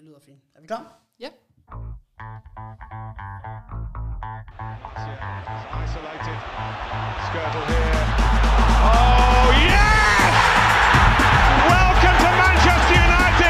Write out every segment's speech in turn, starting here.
lyder fint. Er vi klar? Ja. Isolated. Skirtle here. Oh yes! Welcome to Manchester United!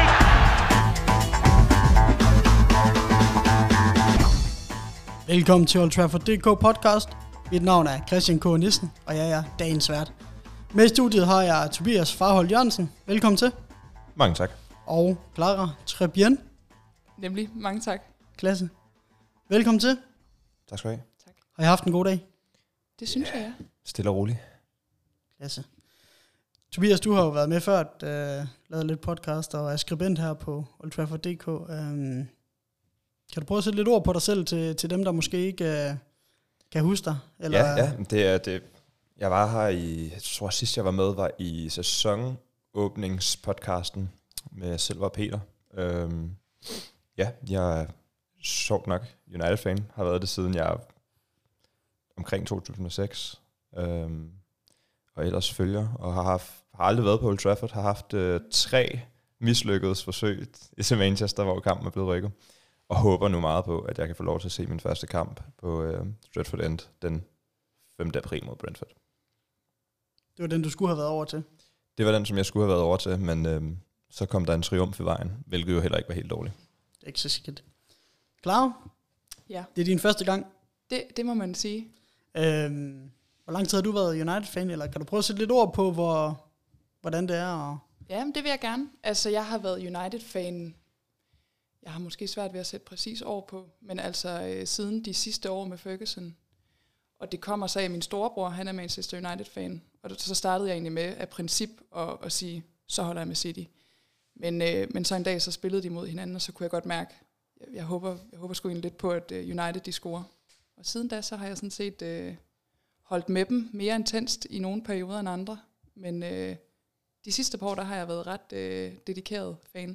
Velkommen til Old Trafford DK podcast. Mit navn er Christian K. Nissen, og jeg er dagens vært. Med i studiet har jeg Tobias Farhold Jørgensen. Velkommen til. Mange tak. Og Clara Trebien. Nemlig, mange tak. Klasse. Velkommen til. Tak skal du have. Tak. Har I haft en god dag? Det synes jeg, ja. Stille og roligt. Klasse. Tobias, du har jo været med før, lavet lidt podcast og er skribent her på Old Trafford DK. Kan du prøve at sætte lidt ord på dig selv til dem, der måske ikke kan huske dig? Eller? Ja, det er det. Jeg var her jeg tror sidst jeg var med, var i sæsonåbningspodcasten med Silver og Peter. Ja, jeg er sjovt nok United-fan. Har været det siden jeg omkring 2006. Og ellers følger, og har aldrig været på Old Trafford. Har haft 3 mislykkedes forsøg i Manchester, hvor kampen er blevet rykket. Og håber nu meget på, at jeg kan få lov til at se min første kamp på Stratford End den 5. april mod Brentford. Det var den, du skulle have været over til. Det var den, som jeg skulle have været over til, men så kom der en triumf i vejen, hvilket jo heller ikke var helt dårligt. Det er ikke så skidt. Klar? Ja, Det er din første gang. det må man sige. Hvor lang tid har du været United-fan, eller kan du prøve at sætte lidt ord på, hvordan det er? Og Ja, men det vil jeg gerne. Altså, jeg har været United-fan. Jeg har måske svært ved at sætte præcis år på, men altså siden de sidste år med Ferguson. Og det kommer så af min storebror, han er Manchester United-fan. Og så startede jeg egentlig med af princip at sige, så holder jeg med City. Men så en dag, så spillede de mod hinanden, og så kunne jeg godt mærke, jeg håber sgu egentlig lidt på, at United de scorer. Og siden da, så har jeg sådan set holdt med dem mere intenst i nogle perioder end andre. Men de sidste par år, der har jeg været ret dedikeret fan.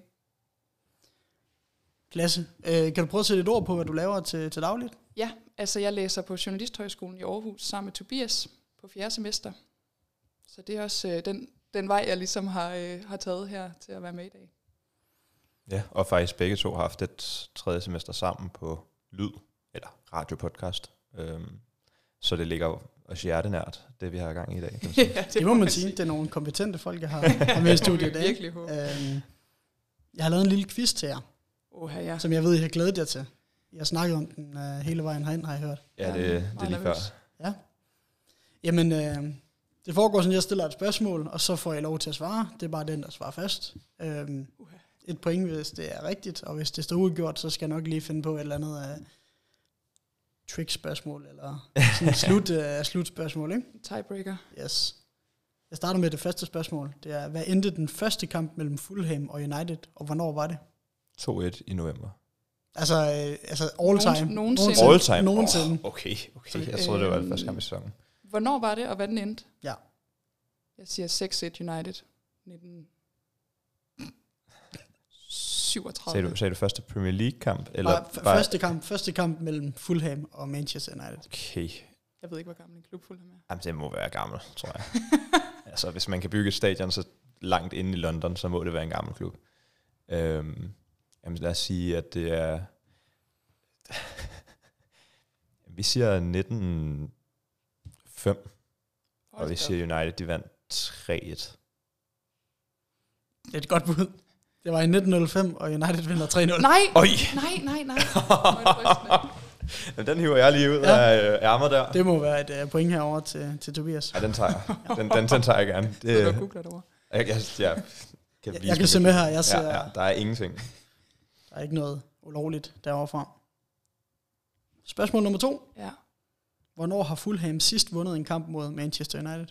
klasse. Kan du prøve at sætte et ord på, hvad du laver til dagligt? Ja, altså jeg læser på Journalisthøjskolen i Aarhus sammen med Tobias på 4. semester. Så det er også den vej, jeg ligesom har taget her til at være med i dag. Ja, og faktisk begge to har haft et 3. semester sammen på lyd, eller radiopodcast. Så det ligger os hjertenært, det vi har i gang i dag. Ja, Det må man sige. Det er nogle kompetente folk, jeg har med i studiet i dag. Virkelig håbe. Jeg har lavet en lille quiz til jer, Ja. som jeg ved, I har glædet jer til. Jeg har snakket om den hele vejen herind, har jeg hørt. Ja, det er lige før. Ja. Jamen, det foregår sådan, at jeg stiller et spørgsmål, og så får jeg lov til at svare. Det er bare den, der svarer først. Et point, hvis det er rigtigt, og hvis det står ugjort, så skal jeg nok lige finde på et eller andet trick-spørgsmål, eller sådan slutspørgsmål, ikke? Tiebreaker. Yes. Jeg starter med det første spørgsmål. Det er, hvad endte den første kamp mellem Fulham og United, og hvornår var det? 2-1 i november. Altså all time. Nogensinde. All time? Nogensinde. Okay. Jeg troede, det var den første kamp i sæsonen. Hvornår var det, og hvad den endte? Ja. Jeg siger 6-1 United. 1937. Sagde du første Premier League-kamp? Eller Første kamp mellem Fulham og Manchester United. Okay. Jeg ved ikke, hvor gammel en klub Fulham er. Jamen, det må være gammel, tror jeg. Altså, hvis man kan bygge et stadion så langt inde i London, så må det være en gammel klub. Jamen, lad os sige, at det er... Vi siger 1905, og vi siger United, de vandt 3-1. Det er et godt bud. Det var i 1905, og United vinder 3-0. Nej! Oj! Nej. Den hiver jeg lige ud af ærmet der. Det må være et point herover til Tobias. Ja, den tager jeg. Den tager jeg gerne. Så du googler det over. Jeg kan se med her. Jeg ser, der er ingenting. Der er ikke noget ulovligt derovre fra. Spørgsmål nummer 2. Ja. Hvornår har Fulham sidst vundet en kamp mod Manchester United?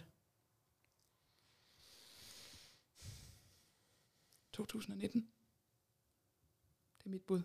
2019. Det er mit bud.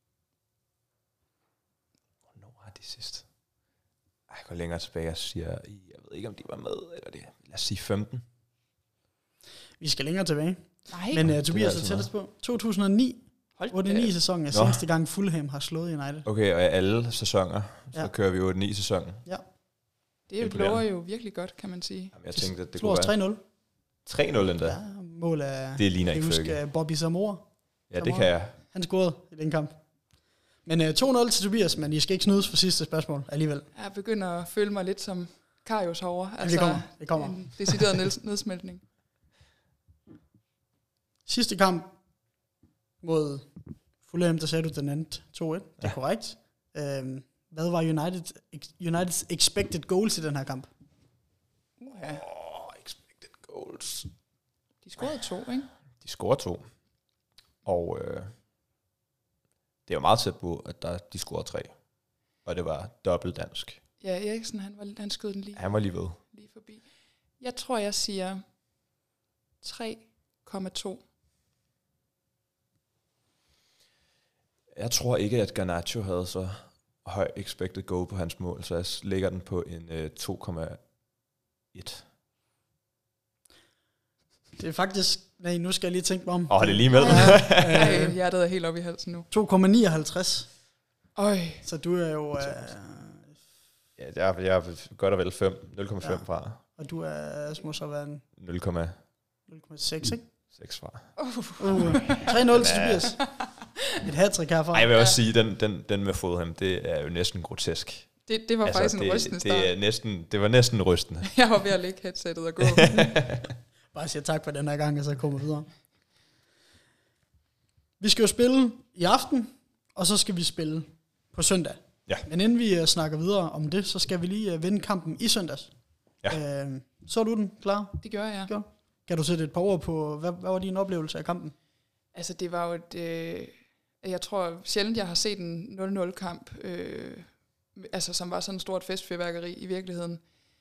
Hvornår har de sidst? Jeg går længere tilbage og siger, jeg ved ikke, om de var med, eller det. Lad os sige 15. Vi skal længere tilbage. Nej. Men Tobias er er tættest på. 2009. 8-9 sæsonen er seneste gang Fulham har slået United. Okay, og i alle sæsoner, så kører vi 8-9 sæsonen. Ja. Det lover jo virkelig godt, kan man sige. Jamen, jeg tænkte, at det kunne være 3-0. 3-0 endda. Ja, mål af... Det ligner ikke Fergie. Bobby Zamora. Ja, det kan jeg. Han scorede i den kamp. Men 2-0 til Tobias, men I skal ikke snydes for sidste spørgsmål alligevel. Jeg begynder at føle mig lidt som Karius herovre. Altså, det kommer. En decideret nedsmeltning. Sidste kamp mod Fulham, der sagde du den endte 2-1. Det er korrekt. Hvad var Uniteds expected goals i den her kamp? Expected goals. De scorede 2, ikke? De scorede 2. Og det var meget tæt på, at de scorede 3. Og det var dobbelt dansk. Ja, Eriksen, han skød den lige. Han var lige ved. Lige forbi. Jeg tror, jeg siger 3,2. Jeg tror ikke, at Garnacho havde så høj expected goal på hans mål, så jeg lægger den på en 2,1. Det er faktisk... Nej, nu skal jeg lige tænke mig om. Det er lige med. Hjertet er helt oppe i halsen nu. 2,59. Øj. Så du er jo... Ja, jeg er godt og vel 0,5 fra. Og du er må så være en 0,6 ikke? fra. 3-0 til Tobias. Et hat-trick herfra. Ej, jeg vil også sige, den med Fulham, det er jo næsten grotesk. Det var faktisk en rystende start. Det var næsten rystende. Jeg var ved at lægge headsettet og gå. Bare siger tak for den her gang, og så kommer videre. Vi skal jo spille i aften, og så skal vi spille på søndag. Ja. Men inden vi snakker videre om det, så skal vi lige vinde kampen i søndags. Ja. Så er du den klar? Det gør jeg. Ja. Kan du sætte et par ord på, hvad var din oplevelse af kampen? Altså, det var jo jeg tror sjældent, jeg har set en 0-0-kamp, altså, som var sådan et stort festfyrværkeri i virkeligheden.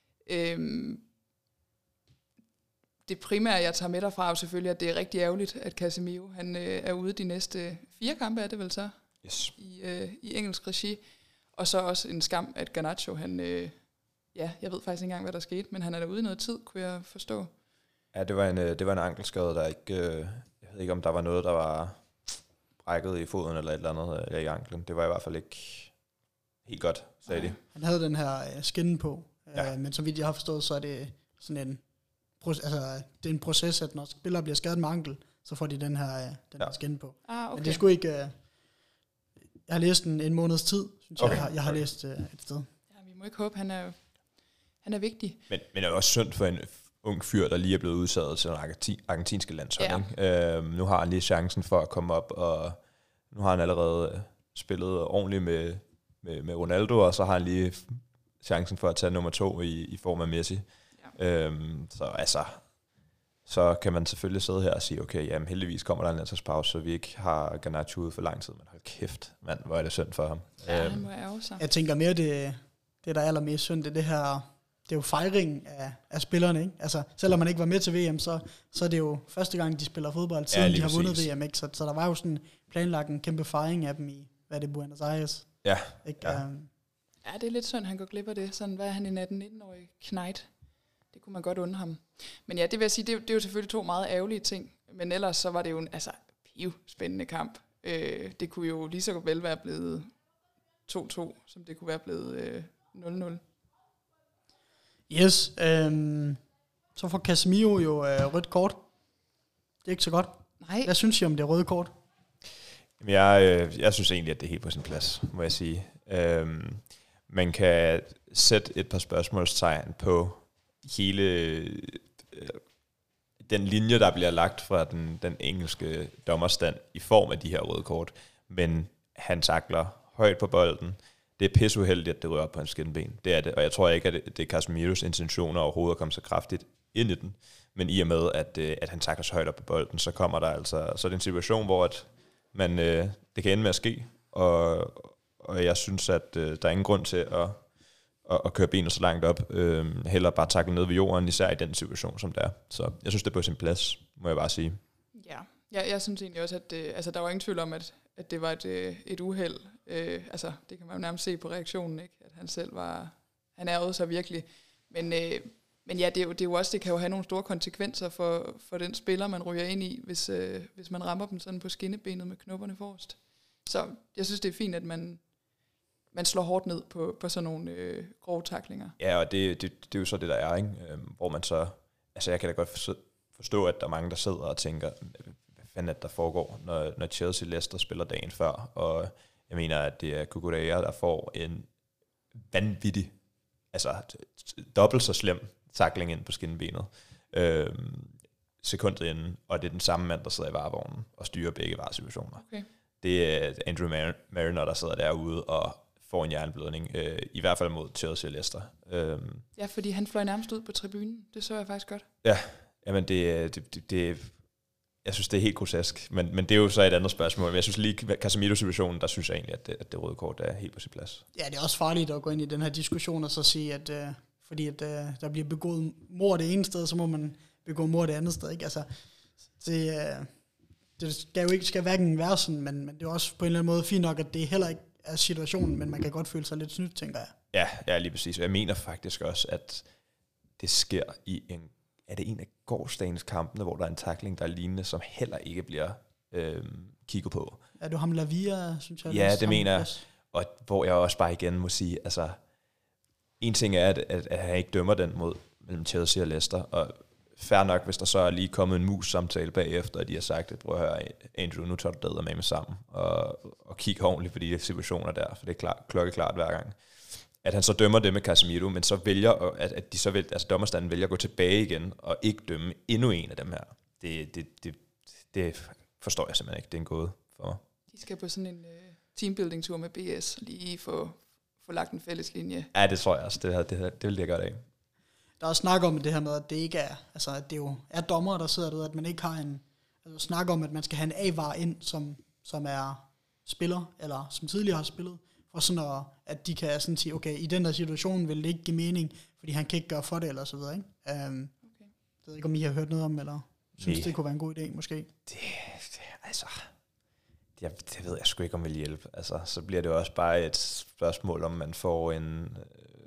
Det primære, jeg tager med derfra, er jo selvfølgelig, at det er rigtig ærgerligt, at Casemiro han er ude de næste 4 kampe, er det vel så? Yes. I engelsk regi. Og så også en skam, at Garnacho, han, jeg ved faktisk ikke engang, hvad der skete, men han er derude i noget tid, kunne jeg forstå. Ja, det var en ankelskade, der ikke... jeg ved ikke, om der var noget, der var brækket i foden eller et eller andet eller i anklen. Det var i hvert fald ikke helt godt, sagde de. Han havde den her skinne på, men så vidt jeg har forstået, så er det sådan en... Altså, det er en proces, at når spillere bliver skadet med ankel, så får de den her skinne på. Okay. Men det skulle ikke... jeg har læst en måneds tid, synes jeg har læst et sted. Ja, vi må ikke håbe, han er vigtig. Men det er også synd for en ung fyr, der lige er blevet udsaget til den argentinske landshold. Ja. Nu har han lige chancen for at komme op, og nu har han allerede spillet ordentligt med Ronaldo, og så har han lige chancen for at tage nummer 2 i form af Messi. Ja. Så kan man selvfølgelig sidde her og sige, okay, jamen heldigvis kommer der en landsholdspause, så vi ikke har Garnacho ude for lang tid, men hold kæft, mand, hvor er det synd for ham. Ja, han må ærge sig. Jeg tænker mere, det der er allermest synd, det her, det er jo fejring af spillerne, ikke? Altså, selvom man ikke var med til VM, så er det jo første gang, de spiller fodbold, siden de har vundet VM, ikke? Så der var jo sådan planlagt en kæmpe fejring af dem i, hvad er det, Buenos Aires? Ja. Ikke? Ja. Ja, det er lidt synd, han går glip af det. Sådan, hvad er han en 18-19-årig knejt? Det kunne man godt undre ham. Men ja, det vil jeg sige, det er jo selvfølgelig 2 meget ærgerlige ting. Men ellers så var det jo en spændende kamp. Det kunne jo lige så vel være blevet 2-2, som det kunne være blevet 0-0. Yes. Så får Casemiro jo rødt kort. Det er ikke så godt. Nej. Hvad synes I om det røde kort? Jeg synes egentlig, at det er helt på sin plads, må jeg sige. Man kan sætte et par spørgsmålstegn på hele den linje, der bliver lagt fra den engelske dommerstand i form af de her røde kort. Men han takler højt på bolden. Det er pisseuheldigt, at det rører op på hans skinben. Det er det, og jeg tror ikke, at det er Casemiros intentioner overhovedet at komme så kraftigt ind i den. Men i og med, at han takler så højt op på bolden, så kommer der altså så er det en situation, hvor at det kan ende med at ske. Og jeg synes, at der er ingen grund til at køre benet så langt op. Heller bare takle ned ved jorden, især i den situation, som det er. Så jeg synes, det er på sin plads, må jeg bare sige. Ja, jeg synes egentlig også, at der var ingen tvivl om, at det var et uheld. Det kan man jo nærmest se på reaktionen, ikke? At han selv han ærgede sig virkelig. Men ja, det er jo også, det kan jo have nogle store konsekvenser for den spiller, man ryger ind i, hvis man rammer dem sådan på skinnebenet med knopperne forrest. Så jeg synes, det er fint, at man slår hårdt ned på sådan nogle grove taklinger. Ja, og det er jo så det, der er, ikke? Hvor man så... Altså, jeg kan da godt forstå, at der er mange, der sidder og tænker, hvad fanden der foregår, når Chelsea-Leicester spiller dagen før, og jeg mener, at det er Cucurella, der får en vanvittig, altså dobbelt så slem tackling ind på skinnebenet, sekundet inden, og det er den samme mand, der sidder i varevognen og styrer begge varesituationer. Okay. Det er Andrew Mariner, der sidder derude og får en hjerneblødning, i hvert fald mod Chelsea og Leicester. Ja, fordi han fløj nærmest ud på tribunen. Det så jeg faktisk godt. Ja, jamen det jeg synes, det er helt grotesk, men det er jo så et andet spørgsmål. Men jeg synes lige, Casemiro-situationen, der synes jeg egentlig, at det røde kort er helt på sin plads. Ja, det er også farligt at gå ind i den her diskussion og så sige, at fordi at der bliver begået mord det ene sted, så må man begå mord det andet sted, ikke? Altså, det skal hverken være sådan, men det er også på en eller anden måde fint nok, at det heller ikke er situationen, men man kan godt føle sig lidt snydt, tænker jeg. Ja, lige præcis. Jeg mener faktisk også, at det sker i en af gårsdagens kampene, hvor der er en tackling, der er lignende, som heller ikke bliver kigget på. Er du ham Lavia, synes jeg? Ja, det mener jeg. Og hvor jeg også bare igen må sige, altså, en ting er, at han ikke dømmer den mod mellem Chelsea og Leicester, og fair nok, hvis der så er lige kommet en mus-samtale bagefter, og de har sagt, at prøv at høre, Andrew, nu tager du det med sammen, og kig ordentligt på de situationer der, for det er klokkeklart hver gang. At han så dømmer det med Casemiro, men så vælger, at de så vil, altså dommerstanden vælger at gå tilbage igen, og ikke dømme endnu en af dem her. Det forstår jeg simpelthen ikke, det er en gåde for mig. De skal på sådan en teambuilding-tur med BS, lige få lagt en fælles linje. Ja, det tror jeg også, det vil jeg gøre det af. Der er også snak om det her med, at det ikke er, altså at det jo er dommere, der sidder derude, at man ikke har snak om, at man skal have en A-var ind, som er spiller, eller som tidligere har spillet, for sådan at de kan sådan sige, okay, i den der situation vil det ikke give mening, fordi han kan ikke gøre for det, eller så videre, ikke? Okay. Jeg ved ikke, om I har hørt noget om, eller synes det kunne være en god idé, måske? Det ved jeg sgu ikke, om vil hjælpe. Altså, så bliver det også bare et spørgsmål, om man får en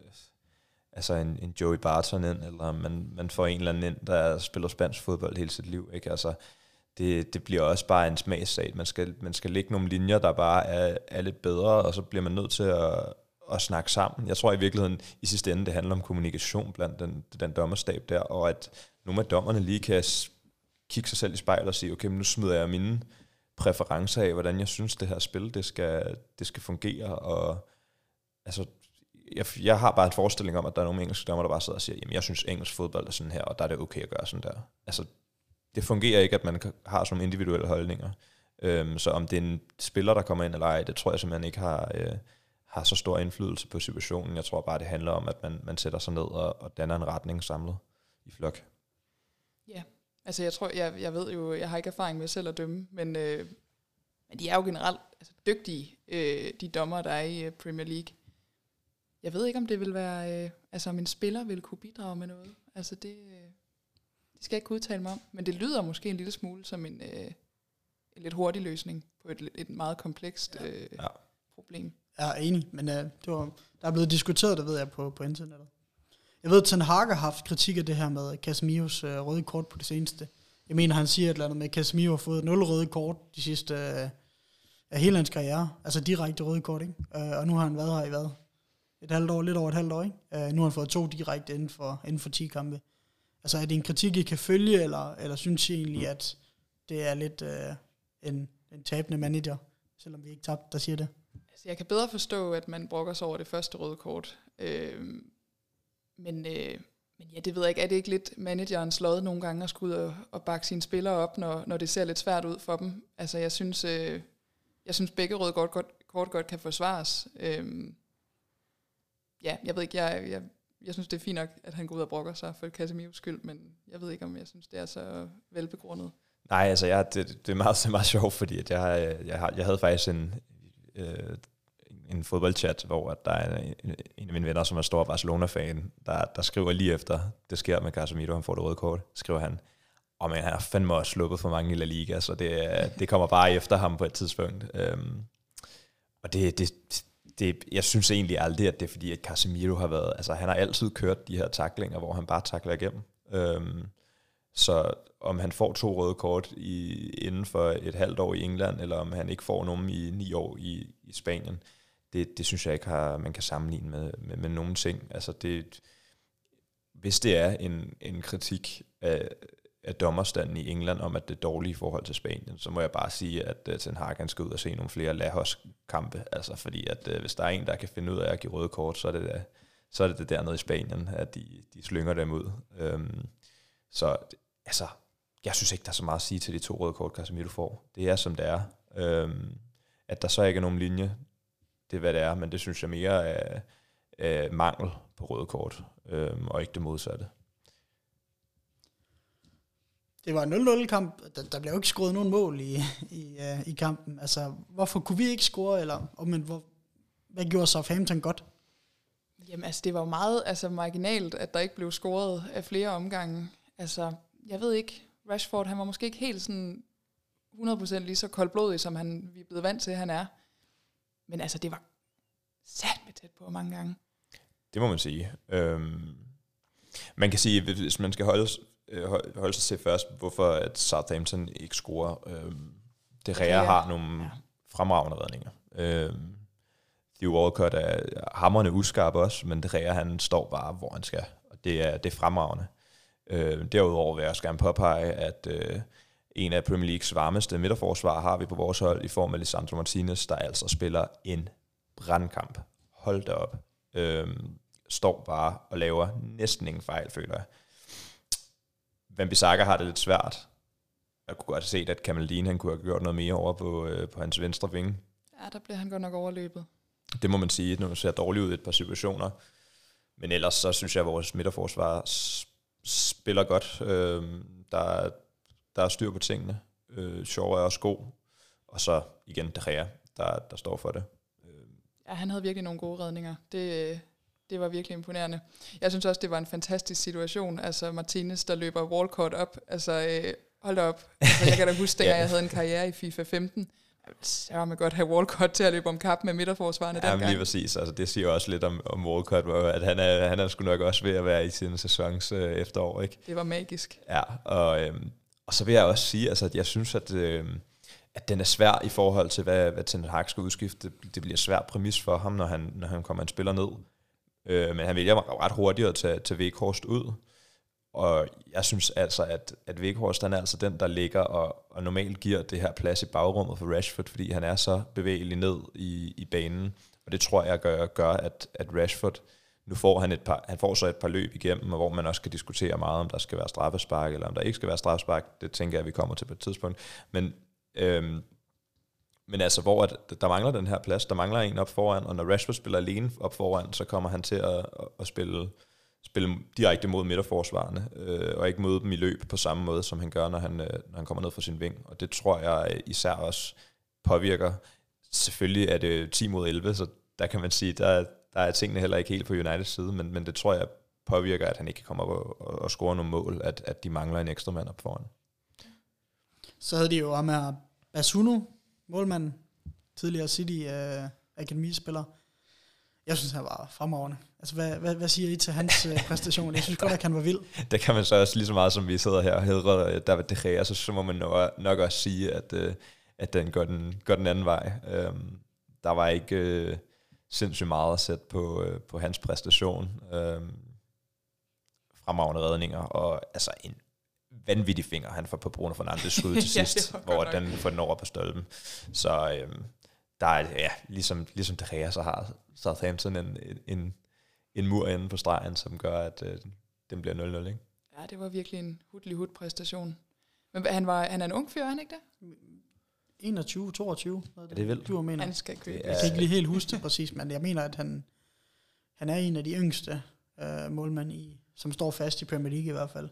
Joey Barton ind, eller om man får en eller anden ind, der spiller spansk fodbold hele sit liv, ikke? Altså, det bliver også bare en smagssag. Man skal lægge nogle linjer, der bare er lidt bedre, og så bliver man nødt til at snakke sammen. Jeg tror i virkeligheden, i sidste ende, det handler om kommunikation blandt den dommerstab der, og at nogle af dommerne lige kan kigge sig selv i spejlet og sige, okay, men nu smider jeg mine præferencer af, hvordan jeg synes, det her spil, det skal fungere, og altså, jeg har bare en forestilling om, at der er nogle engelske dommer, der bare sidder og siger, jamen, jeg synes, engelsk fodbold er sådan her, og der er det okay at gøre sådan der. Altså, det fungerer ikke, at man har sådan nogle individuelle holdninger. Så om det er en spiller, der kommer ind eller ej, det tror jeg simpelthen ikke har så stor indflydelse på situationen. Jeg tror bare, det handler om, at man sætter sig ned og danner en retning samlet i flok. Ja, altså jeg tror, jeg ved jo, jeg har ikke erfaring med selv at dømme, men de er jo generelt dygtige, de dommer, der er i Premier League. Jeg ved ikke, om det vil være, om en spiller vil kunne bidrage med noget. Altså det skal jeg ikke udtale mig om, men det lyder måske en lille smule som en lidt hurtig løsning på et meget komplekst problem. Jeg er enig, men der er blevet diskuteret, det ved jeg, på internettet. Jeg ved, at Ten Hag har haft kritik af det her med Casemiros røde kort på det seneste. Jeg mener, han siger et eller andet med, at Casemiro har fået 0 røde kort de sidste af hele hans karriere. Altså direkte røde kort, ikke? Og nu har han været her i et halvt år, lidt over et halvt år, ikke? Nu har han fået 2 direkte inden for 10 kampe. Altså er det en kritik, I kan følge, eller synes I egentlig, at det er lidt en tabende manager, selvom vi ikke tabte, der siger det? Altså jeg kan bedre forstå, at man brokker sig over det første røde kort. Men ja, det ved jeg ikke. Er det ikke lidt managerens lod nogle gange at skulle ud og bakke sine spillere op, når det ser lidt svært ud for dem? Altså jeg synes begge røde kort godt kan forsvares. Ja, jeg ved ikke, jeg synes, det er fint nok, at han går ud og brokker sig for Casemiros skyld, men jeg ved ikke, om jeg synes, det er så velbegrundet. Nej, altså det er meget sjovt, fordi at jeg havde faktisk en fodboldchat, hvor der er en af mine venner, som er stor Barcelona-fan, der skriver lige efter, det sker med Casemiro, han får det røde kort, skriver han, men han har fandme også sluppet for mange i La Liga, så det kommer bare efter ham på et tidspunkt. Og jeg synes egentlig aldrig, at det er fordi, at Casemiro har været, altså han har altid kørt de her tacklinger, hvor han bare tackler igennem. Så om han får 2 røde kort inden for et halvt år i England, eller om han ikke får nogen i 9 år i Spanien, det synes jeg ikke, man kan sammenligne med nogen ting. Altså hvis det er en kritik af dommerstanden i England om, at det er dårligt i forhold til Spanien, så må jeg bare sige, at Ten Hag han skal ud og se nogle flere Lajos-kampe, altså fordi at hvis der er en, der kan finde ud af at give røde kort, så er det dernede i Spanien, at de slynger dem ud. Så altså, jeg synes ikke, der er så meget at sige til de 2 røde kort, Casemiro får. Det er, som det er. At der så ikke er nogen linje, det er, hvad det er, men det synes jeg mere er mangel på røde kort, og ikke det modsatte. Det var en 0-0-kamp. Der blev jo ikke scoret nogen mål i kampen. Altså, hvorfor kunne vi ikke score, eller hvad gjorde Southampton godt? Jamen, altså, det var jo meget marginalt, at der ikke blev scoret af flere omgange. Altså, jeg ved ikke, Rashford, han var måske ikke helt sådan 100% lige så koldblodig, som vi er blevet vant til, han er. Men altså, det var satme tæt på mange gange. Det må man sige. Man kan sige, hvis man skal holde sig til først, hvorfor at Southampton ikke scorer. De Gea har nogle fremragende redninger. Theo Walcott er hamrende uskarp også, men De Gea, han står bare, hvor han skal. Og det er fremragende. Derudover vil jeg også gerne påpege, at en af Premier Leagues varmeste midterforsvar har vi på vores hold i form af Lisandro Martinez, der altså spiller en brandkamp. Hold da op. Står bare og laver næsten ingen fejl, føler jeg. Wan-Bissaka har det lidt svært. Jeg kunne godt se, at Kamaldeen han kunne have gjort noget mere over på hans venstre vinge. Ja, der blev han godt nok overløbet. Det må man sige, når man ser dårligt ud i et par situationer. Men ellers så synes jeg, at vores midterforsvar spiller godt. Der er styr på tingene. Shaw er også god. Og så igen De Gea, der står for det. Ja, han havde virkelig nogle gode redninger. Det var virkelig imponerende. Jeg synes også, det var en fantastisk situation. Altså Martinez, der løber Walcott op. Altså hold da op. Altså, jeg kan da huske, at jeg havde en karriere i FIFA 15. Så man godt have Walcott til at løbe om kap med midterforsvarerne dengang. Lige præcis. Altså, det siger også lidt om Walcott, at han er sgu nok også ved at være i sin sæsons efterår. Ikke? Det var magisk. Ja, og så vil jeg også sige, altså, at jeg synes, at den er svær i forhold til, hvad Ten Hag skal udskifte. Det bliver svær præmis for ham, når han kommer en spiller ned. Men han vælger ret hurtigt at tage Weghorst ud. Og jeg synes altså, at Weghorst, han er altså den, der ligger og normalt giver det her plads i bagrummet for Rashford, fordi han er så bevægelig ned i banen. Og det tror jeg gør at Rashford, nu får han får så et par løb igennem, og hvor man også kan diskutere meget, om der skal være straffespark, eller om der ikke skal være straffespark. Det tænker jeg, vi kommer til på et tidspunkt. Men altså, hvor der mangler den her plads, der mangler en op foran, og når Rashford spiller alene op foran, så kommer han til at spille direkte mod midterforsvarerne, og ikke møde dem i løb på samme måde, som han gør, når han kommer ned fra sin ving. Og det tror jeg især også påvirker. Selvfølgelig er det 10 mod 11, så der kan man sige, der er tingene heller ikke helt på Uniteds side, men det tror jeg påvirker, at han ikke kan komme op og score nogle mål, at de mangler en ekstra mand op foran. Så havde de jo om her Basuno, målmand, tidligere City akademispiller. Jeg synes, han var fremragende. Altså, hvad siger I til hans præstation? Jeg synes godt, at han var vild. Det kan man så også lige så meget, som vi sidder her og hedder David De Gea, så må man nok også sige, at den går den anden vej. Der var ikke sindssygt meget at sætte på hans præstation. Fremragende redninger, og altså en vanvittig finger, han får på Bruno Fernandes skud til sidst, hvor den får den over på stolpen. Så der er, ligesom De Gea, så har Southampton en mur inde på stregen, som gør, at den bliver 0-0, ikke? Ja, det var virkelig en hudlig-hud-præstation. Men han er en ung fyr, han ikke det? 21, 22. Er det vildt? Du mener. Han skal købe. Jeg kan ikke lige helt huske det præcis, men jeg mener, at han er en af de yngste målmænd, som står fast i Premier League i hvert fald.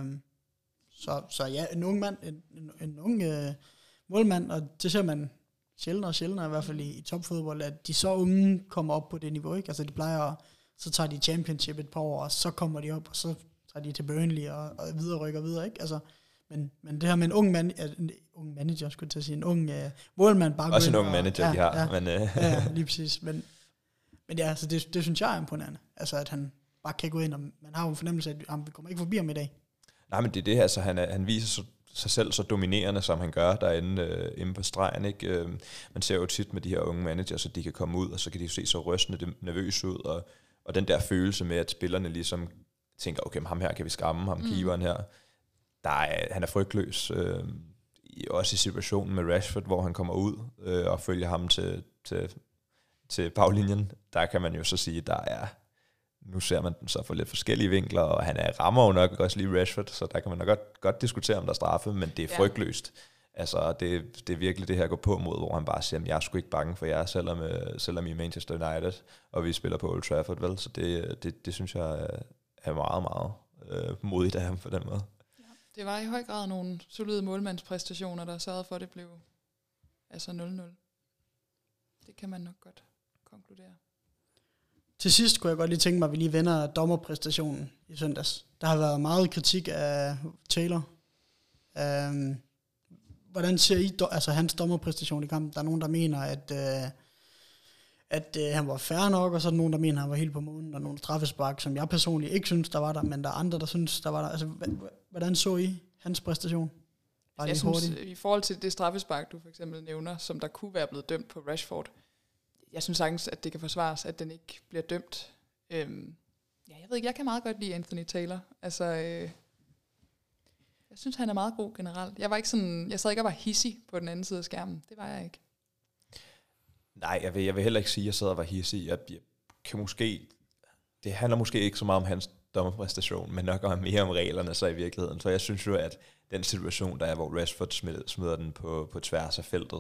Så ja, en ung mand, en ung målmand, og det ser man sjældnere i hvert fald i topfodbold, at de så unge kommer op på det niveau, ikke? Altså de plejer, så tager de Championship et par år, og så kommer de op, og så tager de til Burnley og rykker videre, ikke? Altså, men det her med en ung manager, skulle jeg til at sige, en ung målmand bare også en ung manager, de har. Ja, men, ja, lige præcis. Men ja, altså det synes jeg er imponerende. Altså at han bare kan gå ind, og man har jo en fornemmelse af, at vi kommer ikke forbi ham i dag. Nej, men det er det her, så han viser sig selv så dominerende, som han gør derinde på stregen, ikke? Man ser jo tit med de her unge managers, så de kan komme ud, og så kan de jo se så rystende nervøse ud, og den der følelse med, at spillerne ligesom tænker, okay, ham her kan vi skræmme, ham keeperen her, han er frygtløs. Også i situationen med Rashford, hvor han kommer ud og følger ham til baglinjen. Der kan man jo så sige, nu ser man den så fra lidt forskellige vinkler, og han rammer jo nok også lige Rashford, så der kan man nok godt diskutere, om der er straffe, men det er frygtløst. Altså, det er virkelig det her går på mod, hvor han bare siger, jeg er sgu ikke bange for jer, selvom I er Manchester United, og vi spiller på Old Trafford, vel? Så det synes jeg er meget, meget modigt af ham på den måde. Ja, det var i høj grad nogle solide målmandspræstationer, der sørgede for, at det blev 0-0. Det kan man nok godt konkludere. Til sidst kunne jeg godt lige tænke mig, at vi lige vender dommerpræstationen i søndags. Der har været meget kritik af Taylor. Hvordan ser I hans dommerpræstation i kampen? Der er nogen, der mener, at han var fair nok, og så er der nogen, der mener, at han var helt på månen, og nogle straffespark, som jeg personligt ikke synes, der var der, men der er andre, der synes, der var der. Altså, hvordan så I hans præstation? Jeg synes, i forhold til det straffespark, du for eksempel nævner, som der kunne være blevet dømt på Rashford, jeg synes sagtens, at det kan forsvares, at den ikke bliver dømt. Jeg ved ikke, jeg kan meget godt lide Anthony Taylor. Altså, jeg synes, han er meget god generelt. Jeg sad ikke og var hissig på den anden side af skærmen. Det var jeg ikke. Nej, jeg vil heller ikke sige, at jeg sad og var hissig. Jeg kan måske, det handler måske ikke så meget om hans dommerpræstation, men nok mere om reglerne så i virkeligheden. Så jeg synes jo, at den situation, der er, hvor Rashford smider den på tværs af feltet,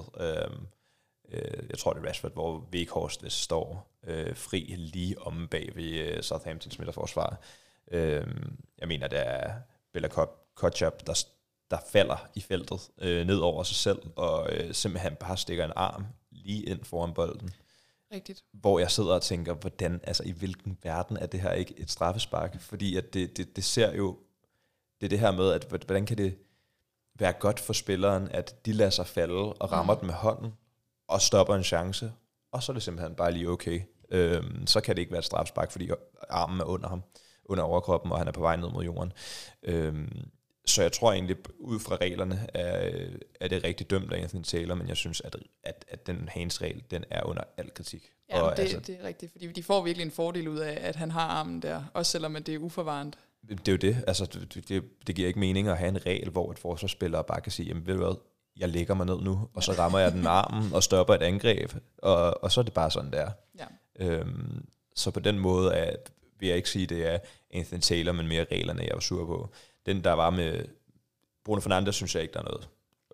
jeg tror, det er Rashford, hvor Weghorst står fri lige omme bag ved Southamptons midterforsvar. Jeg mener, det er Bella Kotchap, der falder i feltet ned over sig selv, og simpelthen bare stikker en arm lige ind foran bolden. Rigtigt. Hvor jeg sidder og tænker, hvordan, altså i hvilken verden er det her ikke et straffespark? Fordi at det ser jo, det er det her med, at hvordan kan det være godt for spilleren, at de lader sig falde og rammer den med hånden, og stopper en chance, og så er det simpelthen bare lige okay. Så kan det ikke være et straffespark, fordi armen er under ham, under overkroppen, og han er på vej ned mod jorden. Så jeg tror egentlig, ud fra reglerne, er det rigtig dømt af Anthony Taylor, men jeg synes, at den hands-regel, den er under al kritik. Ja, og det er rigtigt, fordi de får virkelig en fordel ud af, at han har armen der, også selvom det er uforvarende. Det er jo det. Altså, det giver ikke mening at have en regel, hvor et forsvarsspiller bare kan sige, jamen ved du hvad, jeg lægger mig ned nu, og så rammer jeg den med armen og stopper et angreb, og så er det bare sådan, der. Ja. Så på den måde vil jeg ikke sige, det er Anthony Taylor, men mere reglerne, jeg var sur på. Den, der var med Bruno Fernandes, synes jeg ikke, der er noget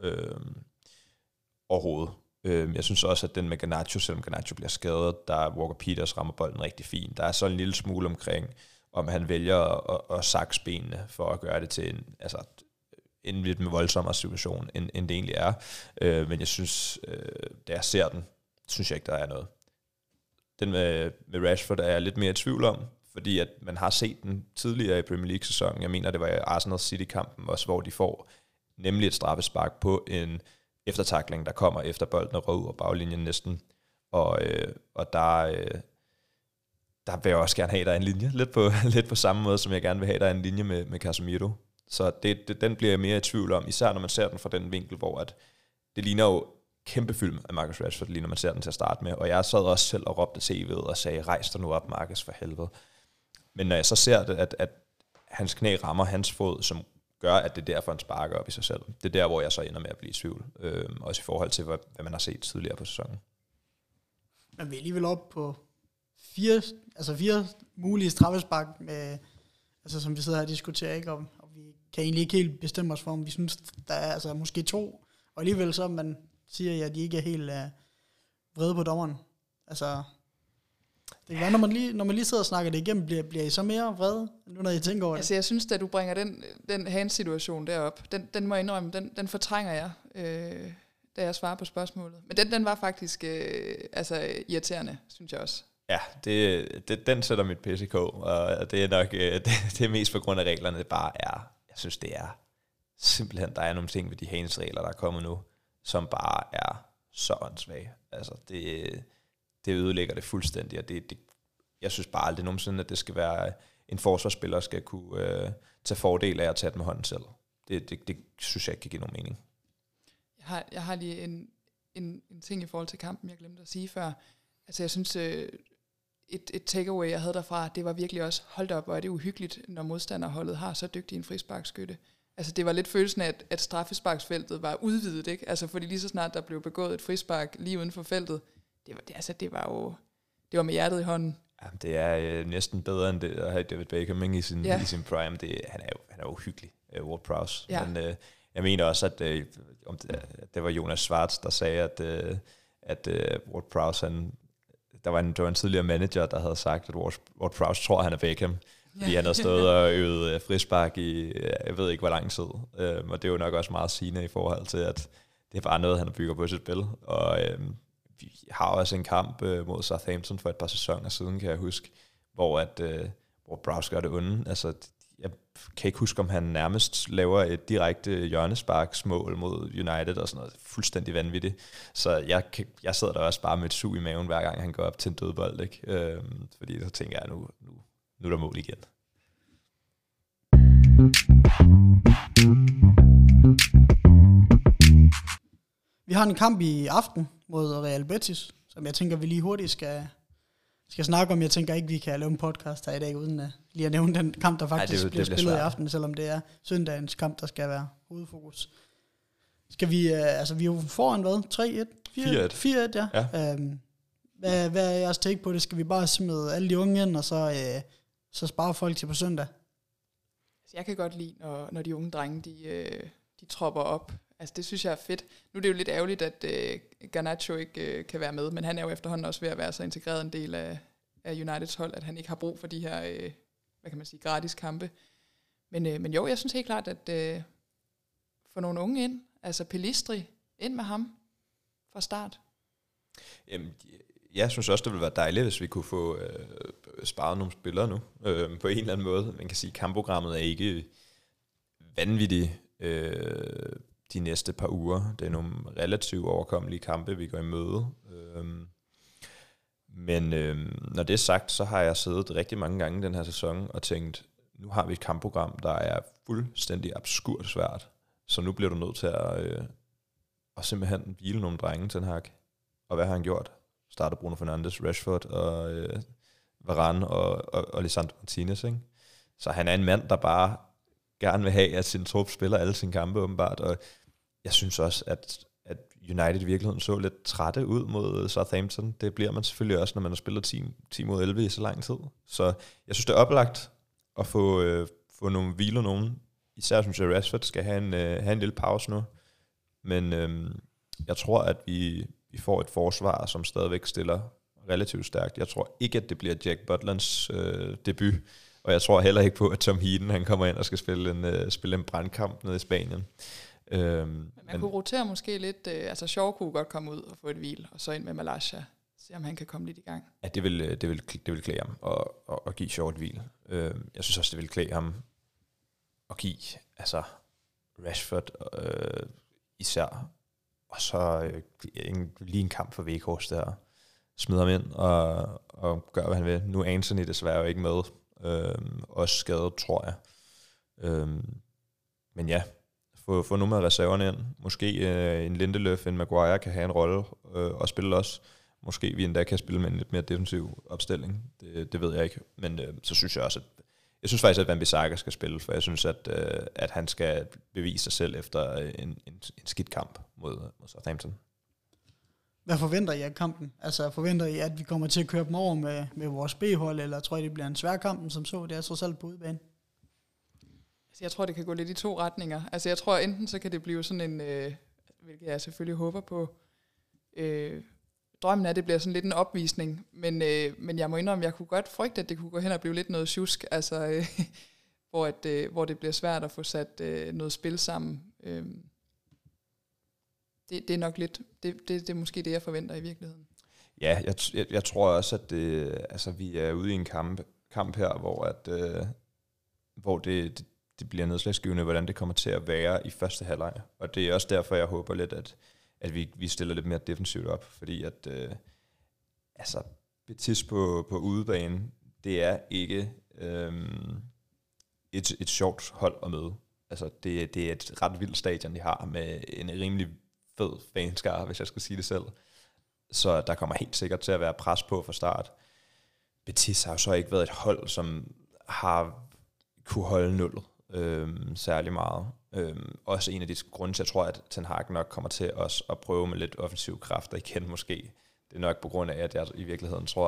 overhovedet. Jeg synes også, at den med Garnacho, selvom Garnacho bliver skadet, der Walker Peters rammer bolden rigtig fint. Der er så en lille smule omkring, om han vælger at sakse benene for at gøre det til en lidt med voldsommere situation, end det egentlig er. Men jeg synes, da jeg ser den, synes jeg ikke, der er noget. Den med Rashford er jeg lidt mere i tvivl om, fordi at man har set den tidligere i Premier League-sæsonen. Jeg mener, det var i Arsenal City-kampen også, hvor de får nemlig et straffespark på en eftertakling, der kommer efter bolden og rød og baglinjen næsten. Og der vil jeg også gerne have, der er en linje. Lidt på samme måde, som jeg gerne vil have, der er en linje med Casemiro. Så den bliver jeg mere i tvivl om, især når man ser den fra den vinkel, hvor at det ligner jo kæmpe film af Marcus Rashford, lige når man ser den til at starte med. Og jeg sad også selv og råbte tv'et og sagde, rejs dig nu op, Marcus, for helvede. Men når jeg så ser det, at hans knæ rammer hans fod, som gør, at det er derfor, han sparker op i sig selv. Det er der, hvor jeg så ender med at blive i tvivl. Også i forhold til, hvad man har set tidligere på sæsonen. Men vi er alligevel op på fire mulige straffespark, med, som vi sidder her og diskuterer, ikke? Og vi kan egentlig ikke helt bestemme os for, om vi synes, der er måske 2. Og alligevel så, man siger, at de ikke er helt vrede på dommeren. Det kan være, når man lige sidder og snakker det igennem, bliver I så mere vrede, nu når I tænker over det? Jeg synes, at du bringer den hands-situation derop, den må jeg indrømme, den fortrænger jeg, da jeg svarer på spørgsmålet. Men den var faktisk irriterende, synes jeg også. Ja, den sætter mit pisse i kog, og det er nok det er mest på grund af reglerne, det bare er. Jeg synes, det er simpelthen, der er nogle ting ved de hands-regler, der er kommet nu, som bare er så åndssvage. Det ødelægger det fuldstændig, og jeg synes bare aldrig nogensinde, at det skal være, en forsvarsspiller skal kunne tage fordel af at tage det med hånden selv. Det synes jeg ikke kan give nogen mening. Jeg har lige en ting i forhold til kampen, jeg glemte at sige før. Jeg synes, et takeaway, jeg havde derfra, det var virkelig også, hold op, hvor er det uhyggeligt, når modstanderholdet har så dygtig en frisparkskytte. Altså det var lidt følelsen af, at straffesparksfeltet var udvidet, ikke? Altså fordi lige så snart der blev begået et frispark lige uden for feltet, det var med hjertet i hånden. Ja, det er næsten bedre end det at have David Beckham i sin prime. Han er uhyggelig, Ward-Prowse. Ja. Men jeg mener også, at det var Jonas Schwartz, der sagde, at Ward-Prowse, der var en tidligere manager, der havde sagt, at Ward-Prowse tror, han er Beckham. Fordi han har stået og øvet frispark i, jeg ved ikke hvor lang tid. Og det er jo nok også meget sigende i forhold til, at det er bare noget, han bygger på sit spil. Og vi har også en kamp mod Southampton for et par sæsoner siden, kan jeg huske, hvor Prowse gør det onde. Altså, jeg kan ikke huske, om han nærmest laver et direkte hjørnesparksmål mod United og sådan noget. Fuldstændig vanvittigt. Så jeg sidder der også bare med et sug i maven, hver gang han går op til en dødbold, ikke? Fordi så tænker jeg, nu er der mål igen. Vi har en kamp i aften mod Real Betis, som jeg tænker, vi lige hurtigt skal snakke om. Jeg tænker ikke, vi kan lave en podcast her i dag, uden lige at nævne den kamp, der faktisk bliver spillet i aften, selvom det er søndagens kamp, der skal være hovedfokus. Skal vi, vi er jo foran hvad? 3-1? 4-1, ja. Hvad er jeres take på det? Skal vi bare smide alle de unge ind, og så spare folk til på søndag? Jeg kan godt lide, når de unge drenge, de tropper op. Altså det synes jeg er fedt. Nu er det jo lidt ærgerligt, at Garnacho ikke kan være med, men han er jo efterhånden også ved at være så integreret en del af Uniteds hold, at han ikke har brug for de her, hvad kan man sige, gratis kampe. Men jo, jeg synes helt klart, at få nogle unge ind, altså Pelistri, ind med ham fra start. Jamen, jeg synes også, det ville være dejligt, hvis vi kunne få sparet nogle spillere nu, på en eller anden måde. Man kan sige, at kampprogrammet er ikke vanvittigt de næste par uger. Det er nogle relativt overkommelige kampe, vi går i møde. Men når det er sagt, så har jeg siddet rigtig mange gange den her sæson og tænkt, nu har vi et kampprogram, der er fuldstændig absurd svært. Så nu bliver du nødt til at simpelthen hvile nogle drenge til en hak. Og hvad har han gjort? Starter Bruno Fernandes, Rashford og Varane og Lisandro Martinez, ikke? Så han er en mand, der bare gerne vil have, at sin trup spiller alle sine kampe åbenbart, og jeg synes også, at United i virkeligheden så lidt trætte ud mod Southampton. Det bliver man selvfølgelig også, når man har spillet 10 mod 11 i så lang tid. Så jeg synes, det er oplagt at få nogle hvile nogen. Især synes jeg, at Rashford skal have en lille pause nu. Men jeg tror, at vi får et forsvar, som stadigvæk stiller relativt stærkt. Jeg tror ikke, at det bliver Jack Butlands debut, og jeg tror heller ikke på, at Tom Heaton han kommer ind og skal spille en brandkamp nede i Spanien. Man kunne rotere måske lidt, altså Shaw kunne godt komme ud og få et hvil, og så ind med Malacia, se om han kan komme lidt i gang. Ja, det vil klæde ham at give Shaw et hvil. Jeg synes også, det vil klæde ham at give Rashford især, og så lige en kamp for Weghorst der. Smid ham ind og gør, hvad han vil. Nu er Anthony desværre jo ikke med, også skadet, tror jeg. Men ja, få nogle af reserverne ind. Måske en Lindeløf, en Maguire kan have en rolle og spille også. Måske vi endda kan spille med en lidt mere defensiv opstilling. Det ved jeg ikke. Men så synes jeg også, jeg synes faktisk, at Van Bissaka skal spille, for jeg synes, at han skal bevise sig selv efter en skidt kamp mod Southampton. Hvad forventer I af kampen? Altså forventer I, at vi kommer til at køre dem over med vores B-hold, eller tror I, det bliver en svær kamp, som så? Det er trods alt på udebane. Altså, jeg tror, det kan gå lidt i to retninger. Altså jeg tror, enten så kan det blive sådan en, hvilket jeg selvfølgelig håber på, drømmen er, at det bliver sådan lidt en opvisning, men jeg må indrømme, jeg kunne godt frygte, at det kunne gå hen og blive lidt noget sjusk, altså hvor det bliver svært at få sat noget spil sammen. Det er nok lidt, det er måske det, jeg forventer i virkeligheden. Ja, jeg tror også, at vi er ude i en kamp her, hvor det bliver nedslagsgivende, hvordan det kommer til at være i første halvleg. Og det er også derfor, jeg håber lidt, at vi stiller lidt mere defensivt op, fordi at Betis på udebane, det er ikke et sjovt hold at møde. Altså det er et ret vildt stadion, de har, med en rimelig fed fanskare, hvis jeg skal sige det selv. Så der kommer helt sikkert til at være pres på fra start. Betis har jo så ikke været et hold, som har kunne holde nullet særlig meget. Også en af de grunde til, jeg tror, at Ten Hag nok kommer til os at prøve med lidt offensive kræfter igen måske. Det er nok på grund af, at jeg i virkeligheden tror,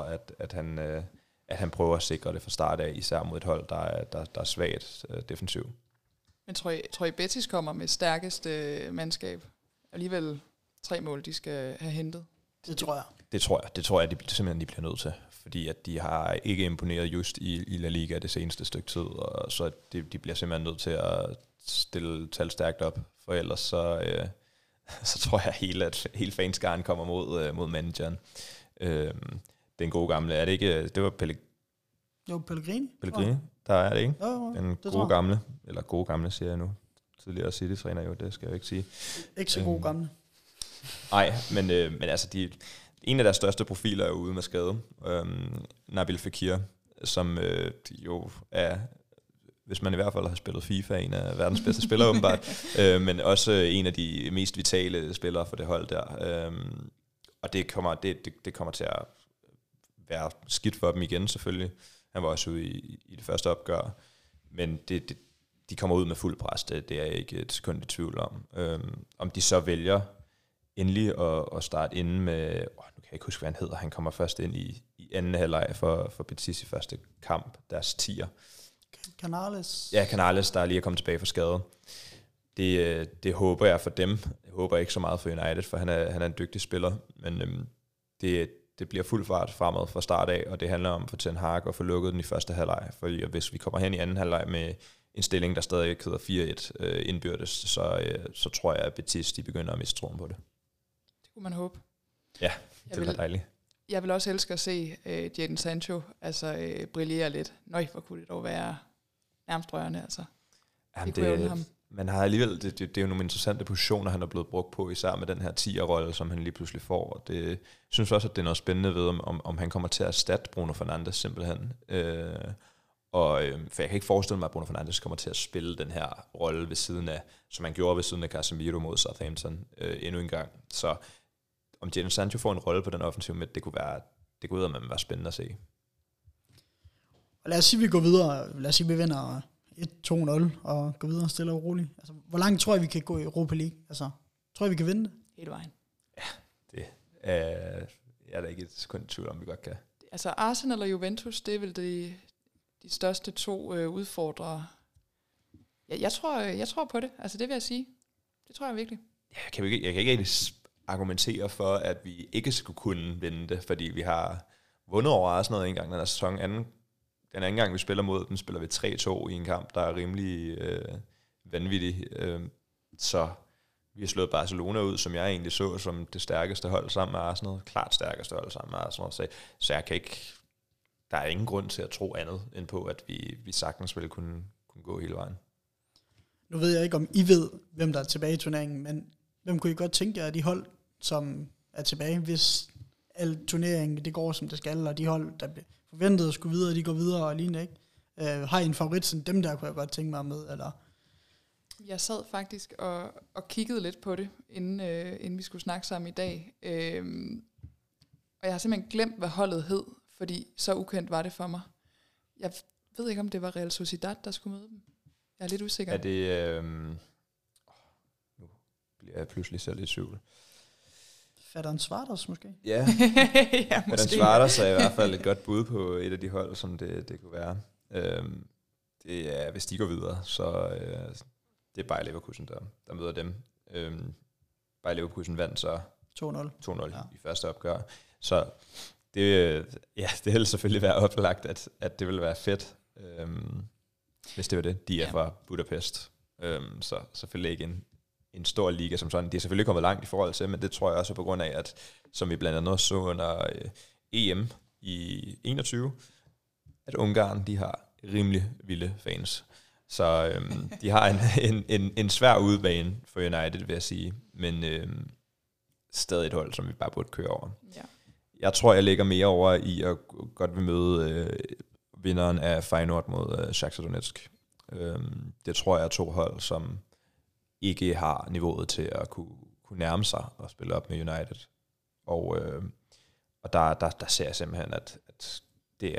at han prøver at sikre det fra start af, især mod et hold, der er svagt defensivt. Men tror I Betis kommer med stærkeste mandskab? Alligevel 3 mål, de skal have hentet. Det tror jeg. Det tror jeg, de simpelthen de bliver nødt til. Fordi at de har ikke imponeret just i La Liga det seneste stykke tid, og så de bliver simpelthen nødt til at stille tal stærkt op. For ellers så tror jeg, at hele fanskaren kommer mod manageren. Den gode gamle, er det ikke? Det var Pellegrini. Pellegrini, der er det ikke? Jo, den gode gamle, siger jeg nu. Tidligere City-træner jo, det skal jeg jo ikke sige. Ikke så god gamle. Nej, men altså en af deres største profiler er ude med skade. Nabil Fekir, som jo er, hvis man i hvert fald har spillet FIFA, en af verdens bedste spillere åbenbart, men også en af de mest vitale spillere for det hold der. Og det kommer til at være skidt for dem igen selvfølgelig. Han var også ude i det første opgør, men de kommer ud med fuld pres, det er jeg ikke et sekund i tvivl om. Om de så vælger endelig at starte inde med, nu kan jeg ikke huske, hvad han hedder, han kommer først ind i anden halvleg for Betis i første kamp, deres 10'er. Canales. Ja, Canales, der lige er kommet tilbage fra skade. Det håber jeg for dem. Jeg håber ikke så meget for United, for han er en dygtig spiller, men det bliver fuld fart fremad fra start af, og det handler om for Ten Hag at få lukket den i første halvleg, for hvis vi kommer hen i anden halvleg med en stilling, der stadig hedder 4-1 indbyrdes, så tror jeg, at Betis de begynder at miste troen på det. Det kunne man håbe. Ja, det bliver dejligt. Jeg vil også elske at se Jadon Sancho brillere lidt. Nøj, hvor kunne det dog være nærmest rørende, altså. Jamen, man har alligevel, det er jo nogle interessante positioner, han er blevet brugt på, især med den her 10'er-rolle, som han lige pludselig får. Og jeg synes også, at det er noget spændende ved, om han kommer til at erstatte Bruno Fernandes simpelthen. For jeg kan ikke forestille mig, at Bruno Fernandes kommer til at spille den her rolle ved siden af, som han gjorde ved siden af Casemiro mod Southampton endnu en gang. Så om Jadon Sancho får en rolle på den offensive midt, det kunne være spændende at se. Og lad os sige, at vi går videre. Lad os sige, at vi vinder 1-2-0 og går videre stille og roligt. Altså, hvor langt tror jeg, vi kan gå i Europa League? Altså, tror jeg, vi kan vinde det? Hele vejen. Ja, det jeg er da ikke et sekund i tvivl om, vi godt kan. Altså Arsenal og Juventus, det er vel de største 2 udfordrere. Ja, jeg tror på det. Altså det vil jeg sige. Det tror jeg virkelig. Jeg kan ikke rigtig argumentere for, at vi ikke skulle kunne vinde det, fordi vi har vundet over Arsenal en gang den her sæson. Den anden gang, vi spiller mod dem, spiller vi 3-2 i en kamp, der er rimelig vanvittig. Så vi har slået Barcelona ud, som jeg egentlig så som det stærkeste hold sammen med Arsenal. Klart stærkeste hold sammen med Arsenal. Så jeg kan ikke... Der er ingen grund til at tro andet, end på, at vi sagtens ville kunne gå hele vejen. Nu ved jeg ikke, om I ved, hvem der er tilbage i turneringen, men hvem kunne I godt tænke jer, at de hold, som er tilbage, hvis al turneringen det går, som det skal, og de hold, der bliver forventet at skulle videre, de går videre og lignende, ikke? Har I en favorit, sådan dem der kunne jeg godt tænke mig med, eller? Jeg sad faktisk og kiggede lidt på det, inden vi skulle snakke sammen i dag. Og jeg har simpelthen glemt, hvad holdet hed, fordi så ukendt var det for mig. Jeg ved ikke, om det var Real Sociedad, der skulle møde dem. Jeg er lidt usikker. Er det... nu bliver jeg pludselig selv i tvivl. Fatteren Svarters måske? Ja, ja Fatteren Svarters er i hvert fald et godt bud på et af de hold, som det kunne være. Det er, hvis de går videre, så det er Bayer Leverkusen, der møder dem. Bayer Leverkusen vandt så 2-0 i første opgør. Så det ville selvfølgelig være oplagt, at det ville være fedt, hvis det var det. De er fra Budapest, så selvfølgelig ikke en stor liga som sådan. De er selvfølgelig kommet langt i forhold til, men det tror jeg også er på grund af, at som vi blandt andet så under EM i 21, at Ungarn, de har rimelig vilde fans. Så de har en svær udbane for United, vil jeg sige, men stadig et hold, som vi bare burde køre over. Ja. Jeg tror, jeg ligger mere over i at godt vil møde vinderen af Feyenoord mod Shakhtar Donetsk. Det tror jeg er 2 hold, som ikke har niveauet til at kunne nærme sig og spille op med United. Og der ser jeg simpelthen, at det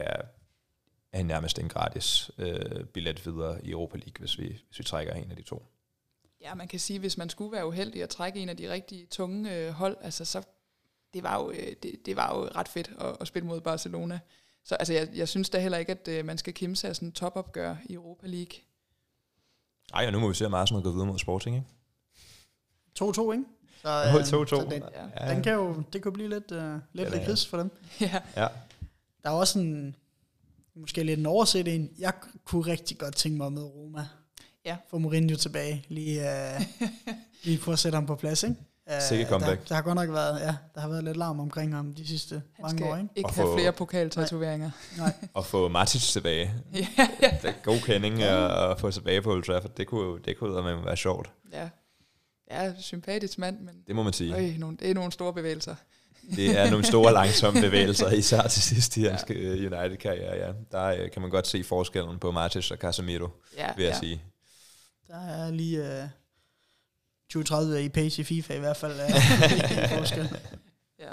er nærmest en gratis billet videre i Europa League, hvis vi trækker en af de 2. Ja, man kan sige, hvis man skulle være uheldig at trække en af de rigtig tunge hold, altså så det var jo ret fedt at spille mod Barcelona. Så altså, jeg synes da heller ikke, at man skal kimse sig af sådan en topopgør i Europa League. Ej, og nu må vi se, om Arsenal går videre mod Sporting, ikke? 2-2, ikke? Så, 2-2. Så den kan jo, det kan blive lidt kris for dem. Ja. Der er også måske lidt en overset en. Jeg kunne rigtig godt tænke mig med Roma. Ja. Få Mourinho tilbage. Lige for at sætte ham på plads, ikke? Sikke comeback. Der har godt nok været, der har været lidt larm omkring ham de sidste mange år, ikke? Ikke have flere pokaltatoveringer. Nej. Og få Matic tilbage. Ja. Det er god kending at få tilbage på Old Trafford. Det kunne være sjovt. Ja, sympatisk mand, men det må man sige. Det er nogle store bevægelser. Det er nogle store, langsomme bevægelser, især til sidst i hans United-karriere. Ja. Der kan man godt se forskellen på Matic og Casemiro, vil jeg sige. Der er lige 20-30 i pace i FIFA i hvert fald. Forskel. Ja.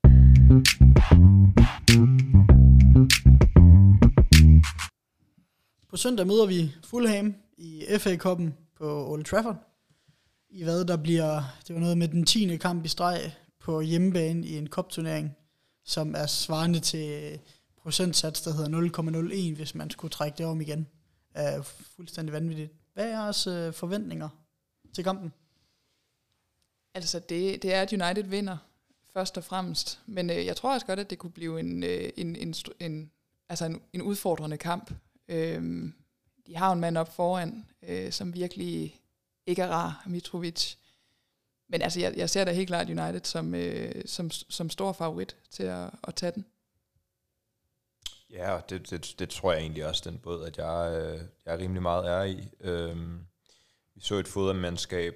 På søndag møder vi Fulham i FA-cupen på Old Trafford. I hvad der bliver, det var noget med den 10. kamp i streg på hjemmebane i en cup-turnering, som er svarende til procentsats, der hedder 0,01, hvis man skulle trække det om igen. Fuldstændig vanvittigt. Hvad er jeres forventninger til kampen? Altså, det er, at United vinder, først og fremmest. Men jeg tror også godt, at det kunne blive en udfordrende kamp. De har en mand op foran, som virkelig ikke er rar, Mitrovic. Men altså, jeg ser da helt klart United som stor favorit til at tage den. Ja, det tror jeg egentlig også, den båd, at jeg er rimelig meget er i. Vi så et fodboldmandskab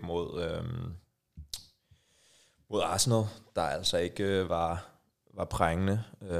mod Arsenal, der altså ikke var prængende.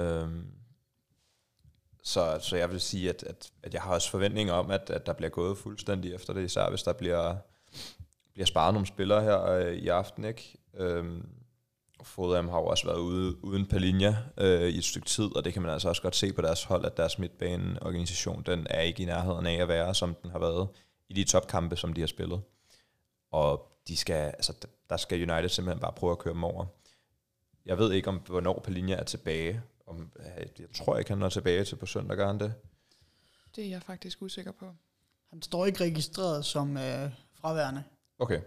Så jeg vil sige, at jeg har også forventninger om, at der bliver gået fuldstændig efter det, især hvis der bliver sparet nogle spillere her i aften, ikke? Fulham har jo også været ude uden Palhinha i et stykke tid, og det kan man altså også godt se på deres hold, at deres midtbaneorganisation, den er ikke i nærheden af at være, som den har været i de topkampe, som de har spillet. Og der skal United simpelthen bare prøve at køre dem over. Jeg ved ikke, hvornår Palhinha er tilbage. Jeg tror ikke, han er tilbage til på søndag, gør han det? Det er jeg faktisk usikker på. Han står ikke registreret som fraværende. Okay.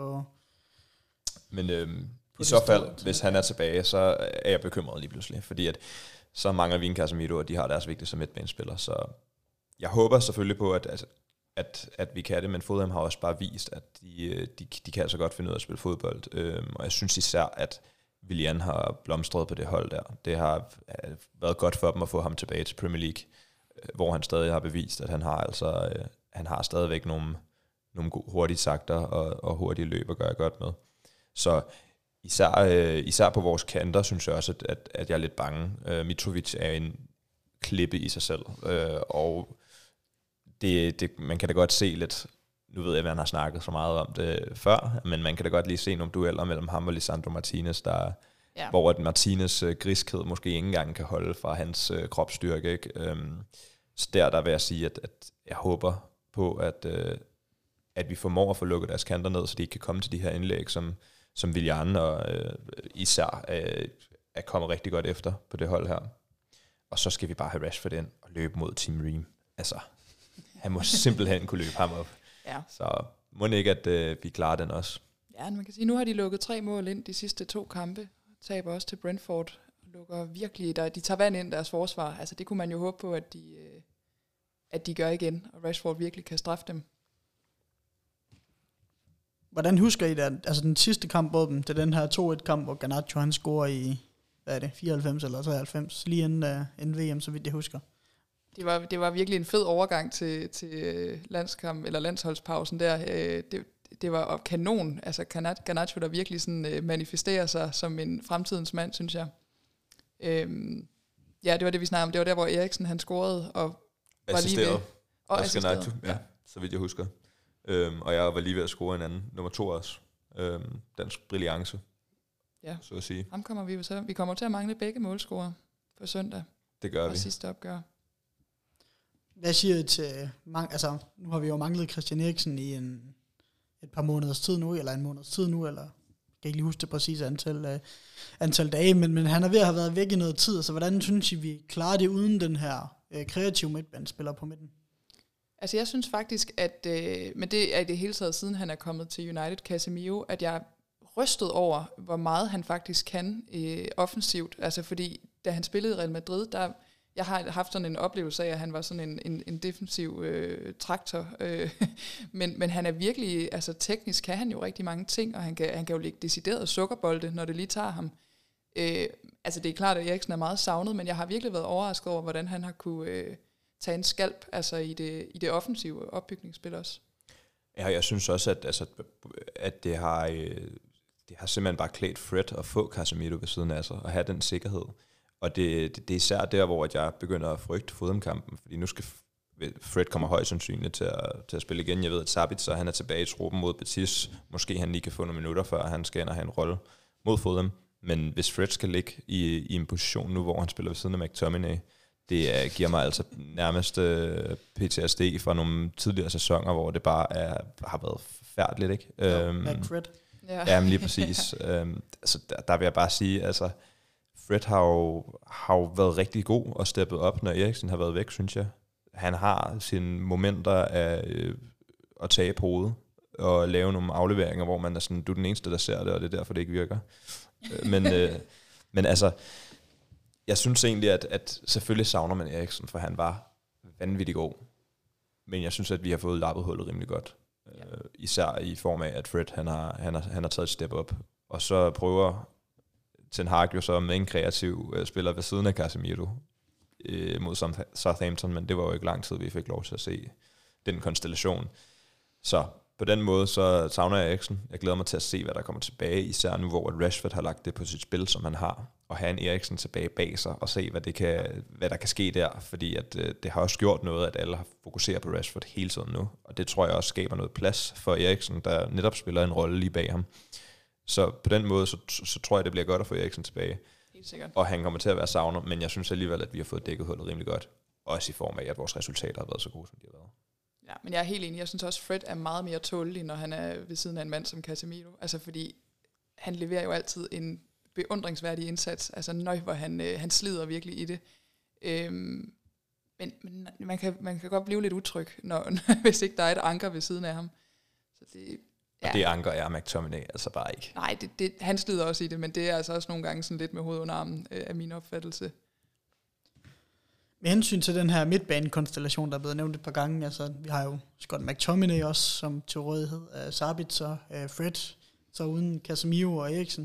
Men i så fald, hvis han er tilbage, så er jeg bekymret lige pludselig, fordi at så mangler vi en Casemiro, og de har deres vigtigste midtbanespiller, så jeg håber selvfølgelig på, at vi kan det, men Fulham har også bare vist, at de kan altså godt finde ud af at spille fodbold, og jeg synes især, at Willian har blomstret på det hold der. Det har været godt for dem at få ham tilbage til Premier League, hvor han stadig har bevist, at han har stadigvæk nogle hurtige takter og hurtige løb at gøre godt med. Så især på vores kanter, synes jeg også, at jeg er lidt bange. Mitrovic er en klippe i sig selv, og man kan da godt se lidt, nu ved jeg, at man har snakket så meget om det før, men man kan da godt lige se nogle dueller mellem ham og Lisandro Martinez, hvor at Martinez griskhed måske ikke engang kan holde fra hans kropsstyrke. Ikke? Så der vil jeg sige, at jeg håber på, at vi formår at få lukket deres kanter ned, så de ikke kan komme til de her indlæg, som Willian og især er kommet rigtig godt efter på det hold her. Og så skal vi bare have Rashford ind og løbe mod Team Ream. Altså, han må simpelthen kunne løbe ham op. Ja. Så må ikke, at vi klarer den også. Ja, man kan sige, nu har de lukket 3 mål ind de sidste 2 kampe. Taber også til Brentford. Lukker virkelig, de tager vand ind deres forsvar. Altså, det kunne man jo håbe på, at de gør igen, og Rashford virkelig kan straffe dem. Hvordan husker I det? Altså den sidste kamp på dem, det er den her 2-1-kamp, hvor Garnacho han scorer i, 94 eller 93, lige inden VM, så vidt jeg husker. Det var virkelig en fed overgang til landskamp, eller landsholdspausen der. Det var kanon. Altså Garnacho, der virkelig sådan manifesterer sig som en fremtidens mand, synes jeg. Ja, det var det, vi snakkede om. Det var der, hvor Eriksen han scorede og var lige ved. Og Garnacho, ja, så vidt jeg husker. Og jeg var lige ved at score en anden, nummer 2 også. Dansk brillance, så at sige. Ham kommer vi jo så. Vi kommer til at mangle begge målscorer på søndag. Det gør vi. Og sidste opgør. Hvad siger I til nu har vi jo manglet Christian Eriksen i et par måneders tid nu, eller en måneds tid nu, eller jeg kan ikke lige huske det præcise antal dage, men han er ved at have været væk i noget tid, så hvordan synes I, vi klarer det uden den her kreative midtbanespiller på midten? Altså jeg synes faktisk, at, men det er i det hele taget, siden han er kommet til United, Casemiro, at jeg er rystet over, hvor meget han faktisk kan offensivt. Altså fordi, da han spillede i Real Madrid, jeg har haft sådan en oplevelse af, at han var sådan en defensiv traktor. Men han er virkelig, altså teknisk kan han jo rigtig mange ting, og han kan jo lægge decideret sukkerbolde, når det lige tager ham. Altså det er klart, at Eriksen er meget savnet, men jeg har virkelig været overrasket over, hvordan han har kunne tage en skalp altså i det offensive opbygningsspil også. Ja, jeg synes også, at det har simpelthen bare klædt Fred at få Casemiro ved siden af sig, og have den sikkerhed. Og det er især der, hvor jeg begynder at frygte Fulham-kampen, fordi nu skal Fred kommer højst sandsynligt til at spille igen. Jeg ved, at Sabitzer, han er tilbage i truppen mod Betis. Måske han lige kan få nogle minutter, før han skal ind og have en rolle mod Fulham. Men hvis Fred skal ligge i en position nu, hvor han spiller ved siden af McTominay, det giver mig altså nærmest PTSD fra nogle tidligere sæsoner, hvor det bare har været forfærdeligt, ikke? Fred. Ja, men lige præcis. Altså, der vil jeg bare sige, altså, Fred har jo været rigtig god og steppet op, når Eriksen har været væk, synes jeg. Han har sine momenter af at tage på hovedet og lave nogle afleveringer, hvor man er sådan, du er den eneste, der ser det, og det er derfor, det ikke virker. Men altså, jeg synes egentlig, at selvfølgelig savner man Eriksen, for han var vanvittig god. Men jeg synes, at vi har fået lappet hullet rimelig godt. Ja. Især i form af, at Fred han har taget et step op. Og så prøver Ten Hag jo så med en kreativ spiller ved siden af Casemiro mod Southampton, men det var jo ikke lang tid, vi fik lov til at se den konstellation. Så på den måde, så savner jeg Eriksen. Jeg glæder mig til at se, hvad der kommer tilbage, især nu, hvor Rashford har lagt det på sit spil, som han har, og have en Eriksen tilbage bag sig, og se, hvad der kan ske der, fordi at, det har også gjort noget, at alle har fokuseret på Rashford hele tiden nu, og det tror jeg også skaber noget plads for Eriksen, der netop spiller en rolle lige bag ham. Så på den måde, så tror jeg, det bliver godt at få Eriksen tilbage. Helt sikkert. Og han kommer til at være savner, men jeg synes alligevel, at vi har fået dækket hullet rimelig godt, også i form af, at vores resultater har været så gode, som de har været. Ja, men jeg er helt enig. Jeg synes også, Fred er meget mere tålelig, når han er ved siden af en mand som Casemiro. Altså fordi han leverer jo altid en beundringsværdig indsats. Altså hvor han slider virkelig i det. Men man kan godt blive lidt utryg, hvis ikke der er et anker ved siden af ham. Så det, ja. Og det anker er McTominay altså bare ikke. Nej, han slider også i det, men det er altså også nogle gange sådan lidt med hovedet under armen af min opfattelse. Med hensyn til den her midtbanekonstellation, der er blevet nævnt et par gange, altså vi har jo Scott McTominay også som til rådighed, Sabitzer, Fred, så uden Casemiro og Eriksen.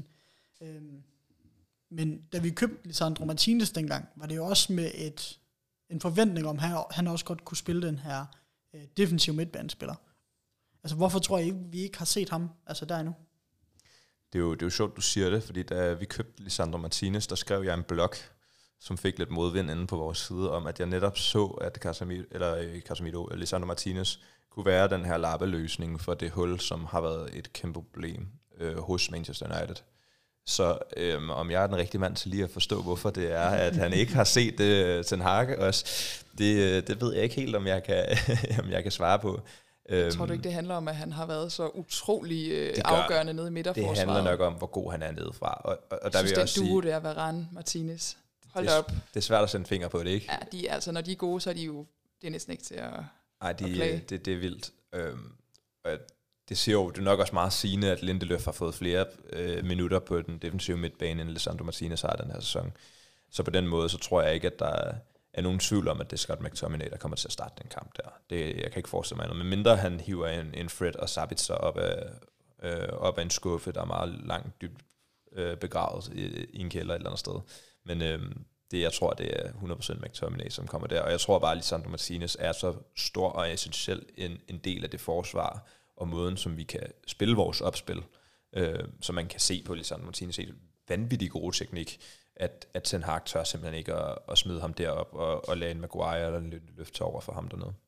Men da vi købte Lisandro Martinez dengang, var det jo også med en forventning om, at han også godt kunne spille den her defensive midtbanespiller. Altså hvorfor tror I, vi ikke har set ham altså der endnu? Det er jo sjovt, du siger det, fordi da vi købte Lisandro Martinez, der skrev jeg en blog, som fik lidt modvind inde på vores side, om at jeg netop så, at Lisandro Martinez kunne være den her lappeløsning for det hul, som har været et kæmpe problem hos Manchester United. Så om jeg er den rigtige mand til lige at forstå, hvorfor det er, at han ikke har set Ten Hag også, det ved jeg ikke helt, om jeg kan svare på. Jeg tror du ikke, det handler om, at han har været så utrolig afgørende nede i midterforsvaret? Det handler nok om, hvor god han er nedefra. Og der vil jeg også sige, duo der, Varane, Martinez. Hold op. Det er svært at sætte finger på det, ikke? Ja, når de er gode, så er de jo, det er næsten ikke til at det er vildt. Det siger jo, det er nok også meget sigende, at Lindeløf har fået flere minutter på den defensive midtbane, end Lisandro Martinez har den her sæson. Så på den måde, så tror jeg ikke, at der er nogen tvivl om, at det er Scott McTominay, der kommer til at starte den kamp der. Jeg kan ikke forestille mig noget. Men mindre han hiver en Fred og Sabitzer op af en skuffe, der er meget langt dybt begravet i en kælder et eller andet sted. Men jeg tror, det er 100% McTominay, som kommer der. Og jeg tror bare, at Lisandro Martinez er så stor og essentiel en del af det forsvar, og måden, som vi kan spille vores opspil, så man kan se på Lisandro Martinez en vanvittig god teknik, at Ten Hag tør simpelthen ikke at smide ham derop og lade en Maguire eller en løfte over for ham dernede.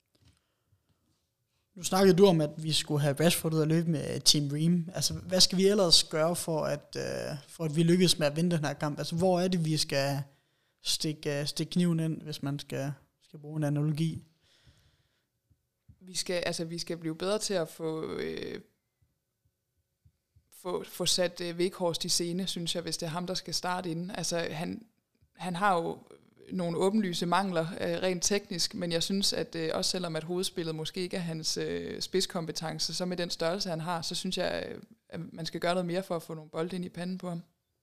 Nu snakkede du om, at vi skulle have Rashford ud at løbe med Team Ream. Altså, hvad skal vi ellers gøre for at vi lykkes med at vinde den her kamp? Altså, hvor er det, vi skal stikke kniven ind, hvis man skal bruge en analogi? vi skal blive bedre til at få sat Weghorst i scene, synes jeg, hvis det er ham, der skal starte inden. Altså, han har jo nogle åbenlyse mangler rent teknisk, men jeg synes, at også selvom at hovedspillet måske ikke er hans spidskompetence, så med den størrelse, han har, så synes jeg, at man skal gøre noget mere for at få nogle bolde ind i panden på ham.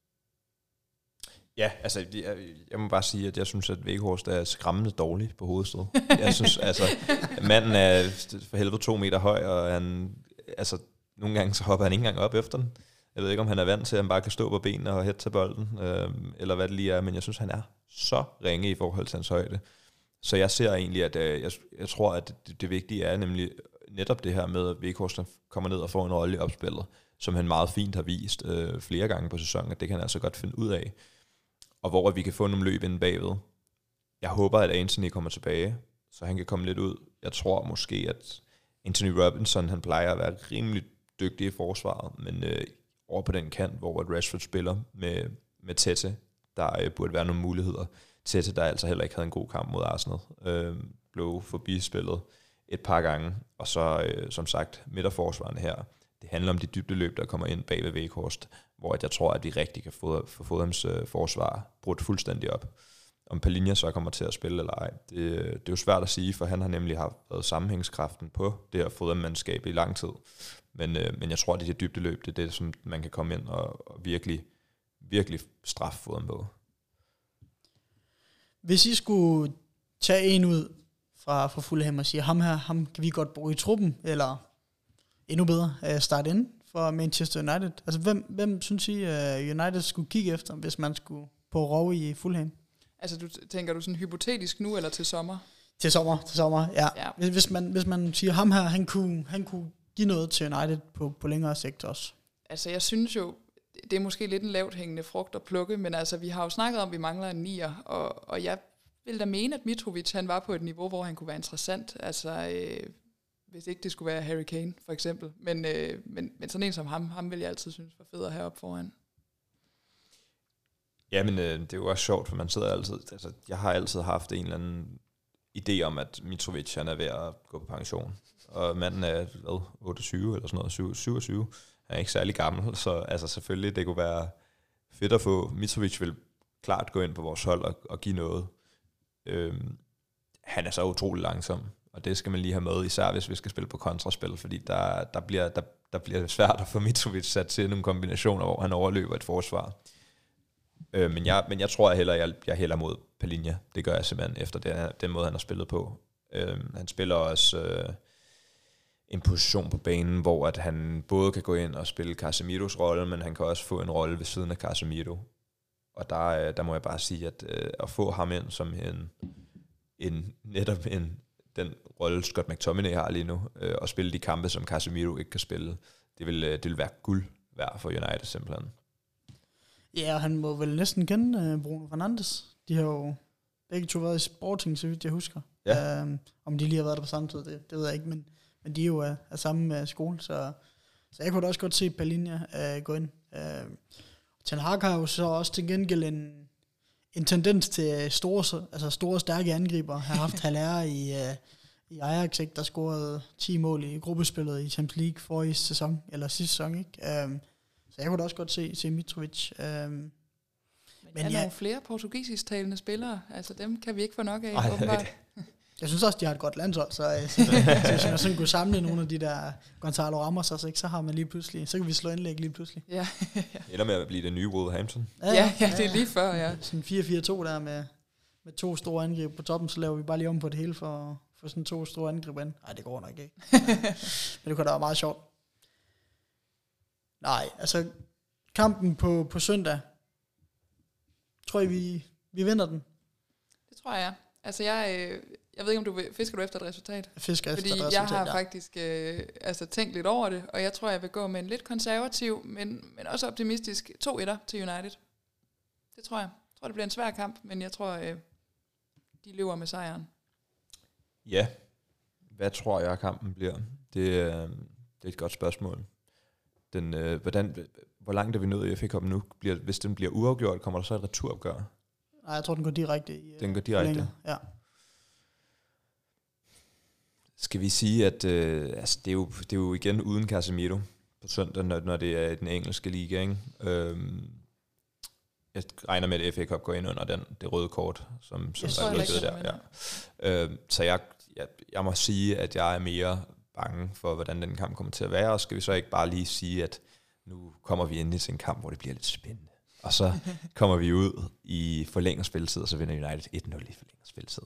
Ja, altså, jeg må bare sige, at jeg synes, at Weghorst er skræmmende dårlig på hovedstød. Jeg synes, altså, manden er for helvede 2 meter høj, og han, altså, nogle gange så hopper han ikke engang op efter den. Jeg ved ikke, om han er vant til, at han bare kan stå på benene og hætte til bolden, eller hvad det lige er, men jeg synes, han er så ringe i forhold til hans højde. Så jeg ser egentlig, at jeg tror, at det vigtige er nemlig netop det her med, at Weghorst kommer ned og får en rolle i opspillet, som han meget fint har vist flere gange på sæsonen, at det kan han altså godt finde ud af. Og hvor vi kan få nogle løb inde bagved. Jeg håber, at Anthony kommer tilbage, så han kan komme lidt ud. Jeg tror måske, at Anthony Robinson, han plejer at være rimelig dygtig i forsvaret, men over på den kant, hvor Rashford spiller med Tete, der burde være nogle muligheder. Tete, der altså heller ikke havde en god kamp mod Arsenal, blev forbispillet et par gange, og så som sagt midterforsvarerne her. Det handler om de dybdeløb, der kommer ind bag ved Weghorst, hvor jeg tror, at vi rigtig kan få Fulhams forsvar brudt fuldstændig op. Om Palhinha så kommer til at spille eller ej, det er jo svært at sige, for han har nemlig været sammenhængskraften på det her Fulham-mandskab i lang tid. Men jeg tror, at det dybdeløb, det er det, som man kan komme ind og virkelig, virkelig straffe Fulham på. Hvis I skulle tage en ud fra Fulham og sige, ham kan vi godt bruge i truppen, eller endnu bedre, starte ind for Manchester United. Altså, hvem synes I, United skulle kigge efter, hvis man skulle på rov i Fulham? Altså, tænker du sådan hypotetisk nu, eller til sommer? Til sommer, ja. Hvis man siger, ham her, han kunne give noget til United på længere sigt også. Altså, jeg synes jo, det er måske lidt en lavt hængende frugt at plukke, men altså, vi har jo snakket om, at vi mangler en nier, og jeg vil da mene, at Mitrovic, han var på et niveau, hvor han kunne være interessant. Altså, hvis ikke det skulle være Harry Kane, for eksempel. Men sådan en som ham vil jeg altid synes var federe heroppe foran. Ja, men det er jo også sjovt, for man sidder altid... Altså, jeg har altid haft en eller anden idé om, at Mitrovic, han er ved at gå på pension. Og manden er, 28 eller sådan noget, 27. Han er ikke særlig gammel, så altså, selvfølgelig, det kunne være fedt at få. Mitrovic vil klart gå ind på vores hold og give noget. Han er så utrolig langsom, og det skal man lige have med, især hvis vi skal spille på kontraspil, fordi der bliver det svært at få Mitrovic sat til nogle kombinationer, hvor han overløber et forsvar. Men jeg tror jeg hælder mod Palhinha. Det gør jeg simpelthen efter den måde, han har spillet på. Han spiller også en position på banen, hvor at han både kan gå ind og spille Casemiros rolle, men han kan også få en rolle ved siden af Casemiro. Og der må jeg bare sige, at få ham ind som den rolle, Scott McTominay har lige nu, og spille de kampe, som Casemiro ikke kan spille, det vil være guld værd for United simpelthen. Ja, han må vel næsten kende Bruno Fernandes. De har jo begge to været i Sporting, så vidt jeg husker. Ja. Om de lige har været der på samme tid, det ved jeg ikke, men de er jo af samme skole, så jeg kunne da også godt se Palhinha gå ind. Ten Hag har jo så også til gengæld en tendens til store stærke angriber. Har haft Haller i Ajax, ikke, der scorede 10 mål i gruppespillet i Champions League forrige sæson, eller sidste sæson, ikke? Så jeg kunne da også godt se Mitrovic. Men er nogle flere portugisisk talende spillere? Altså dem kan vi ikke få nok af, åbenbart. Jeg synes også, de har et godt landshold, så hvis man sådan kunne samle nogle af de der Gonzalo Ramos, så har man lige pludselig, så kan vi slå indlæg lige pludselig. Ja. Eller med at blive det nye Wolverhampton. Ja, det er lige før, ja. Sådan 4-4-2 der med 2 store angreb på toppen, så laver vi bare lige om på det hele for sådan 2 store angreb ind. Nej, det går nok ikke. Men det kunne da være meget sjovt. Nej, altså kampen på søndag, tror jeg, vi vinder den. Det tror jeg. Altså jeg ved ikke, om fisker du efter et resultat? Fordi jeg har faktisk tænkt lidt over det, og jeg tror, jeg vil gå med en lidt konservativ, men også optimistisk 2-1 til United. Det tror jeg. Jeg tror, det bliver en svær kamp, men jeg tror, de løber med sejren. Ja. Hvad tror jeg, kampen bliver? Det er et godt spørgsmål. Hvor langt er vi nået i FA-cupen nu? Hvis den bliver uafgjort, kommer der så et returopgør? Nej, jeg tror, den går direkte. Den går direkte? Ja. Skal vi sige, at altså, det er jo igen uden Casemiro på søndag, når det er den engelske liga, ikke? Jeg regner med, at FA Cup går ind under det røde kort, som der er lukket der. Ja. Så jeg må sige, at jeg er mere bange for, hvordan den kamp kommer til at være, og skal vi så ikke bare lige sige, at nu kommer vi endelig til en kamp, hvor det bliver lidt spændende. Og så kommer vi ud i forlænget spilletid, og så vinder United 1-0 i forlænget spilletid.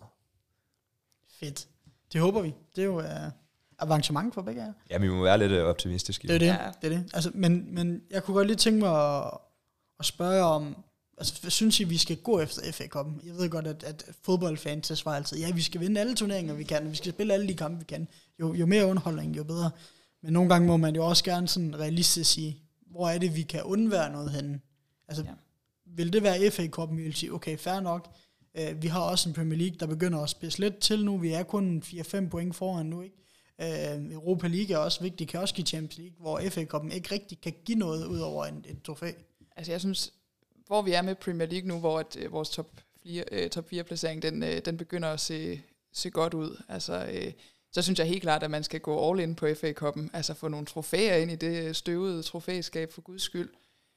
Fedt. Det håber vi. Det er jo avancement for begge af jer. Ja, vi må være lidt optimistiske. Det er det. Ja. Det er det. Altså, men jeg kunne godt lige tænke mig at spørge om, altså, synes I, vi skal gå efter FA Cup'en? Jeg ved godt, at fodboldfans svarer altid, ja, vi skal vinde alle turneringer, vi kan, vi skal spille alle de kampe, vi kan. Jo mere underholdning, jo bedre. Men nogle gange må man jo også gerne sådan realistisk sige, hvor er det, vi kan undvære noget henne? Altså, vil det være FA Cup'en, vi vil sige, okay, fair nok. Vi har også en Premier League, der begynder at spidse lidt til nu. Vi er kun 4-5 point foran nu, ikke? Europa League er også vigtig, kan også give Champions League, hvor FA Cup'en ikke rigtig kan give noget ud over et trofæ. Altså jeg synes, hvor vi er med Premier League nu, hvor vores top 4 placering, den begynder at se godt ud. Altså, så synes jeg helt klart, at man skal gå all in på FA Cup'en, altså få nogle trofæer ind i det støvede trofæskab for Guds skyld.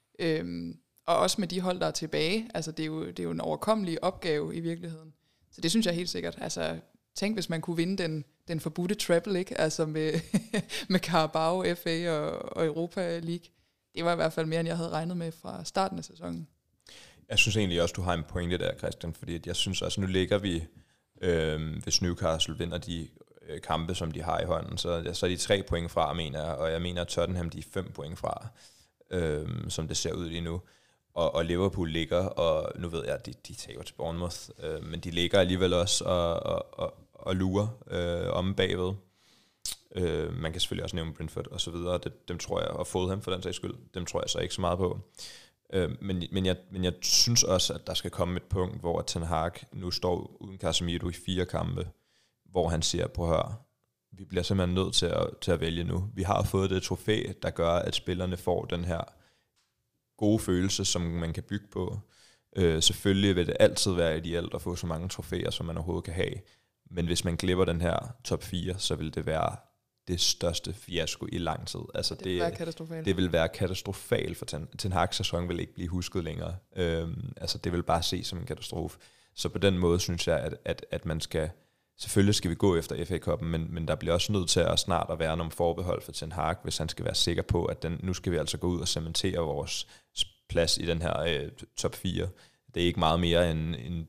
Og også med de hold, der er tilbage. Altså det er jo en overkommelig opgave i virkeligheden. Så det synes jeg helt sikkert. Altså tænk, hvis man kunne vinde den forbudte treble, ikke? Altså med Carabao, FA og Europa League. Det var i hvert fald mere, end jeg havde regnet med fra starten af sæsonen. Jeg synes egentlig også, du har en pointe der, Christian, fordi jeg synes også, nu ligger vi, hvis Newcastle vinder de kampe, som de har i hånden, så er de 3 point fra, mener jeg, og jeg mener, at Tottenham, de er 5 point fra, som det ser ud lige nu. Og Liverpool ligger, og nu ved jeg, at de tager til Bournemouth, men de ligger alligevel også og lurer om bagved. Man kan selvfølgelig også nævne Brentford og så videre, dem tror jeg, og Fulham for den sags skyld, dem tror jeg så ikke så meget på. Men jeg synes også, at der skal komme et punkt, hvor Ten Hag nu står uden Casemiro i 4 kampe, hvor han siger, prøv at høre, vi bliver simpelthen nødt til at vælge nu. Vi har fået det trofæ, der gør, at spillerne får den her gode følelse, som man kan bygge på. Selvfølgelig vil det altid være ideelt at få så mange trofæer, som man overhovedet kan have. Men hvis man glipper den her top 4, så vil det være det største fiasko i lang tid. Altså det vil være katastrofalt. Det vil være katastrofalt, for Ten Hag's sæson vil ikke blive husket længere. Altså det vil bare ses som en katastrofe. Så på den måde synes jeg, at man skal, selvfølgelig skal vi gå efter FA Cup'en, men der bliver også nødt til at snart at være nogle forbehold for Ten Hag, hvis han skal være sikker på, at nu skal vi altså gå ud og cementere vores plads i den her top 4. Det er ikke meget mere end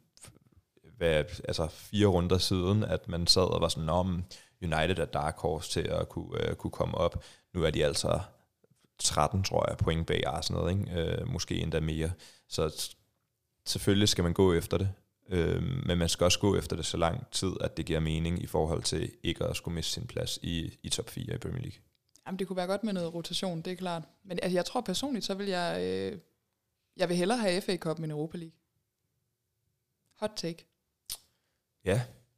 4 runder siden, at man sad og var sådan, om United er dark horse til at kunne komme op. Nu er de altså 13, tror jeg, point bag Arsenal, ikke? Måske endda mere. Så selvfølgelig skal man gå efter det, men man skal også gå efter det så lang tid, at det giver mening i forhold til ikke at skulle miste sin plads i top 4 i Premier League. Jamen, det kunne være godt med noget rotation, det er klart. Men altså, jeg tror personligt, så vil jeg vil hellere have FA Cup end Europa League. Hot take. Ja,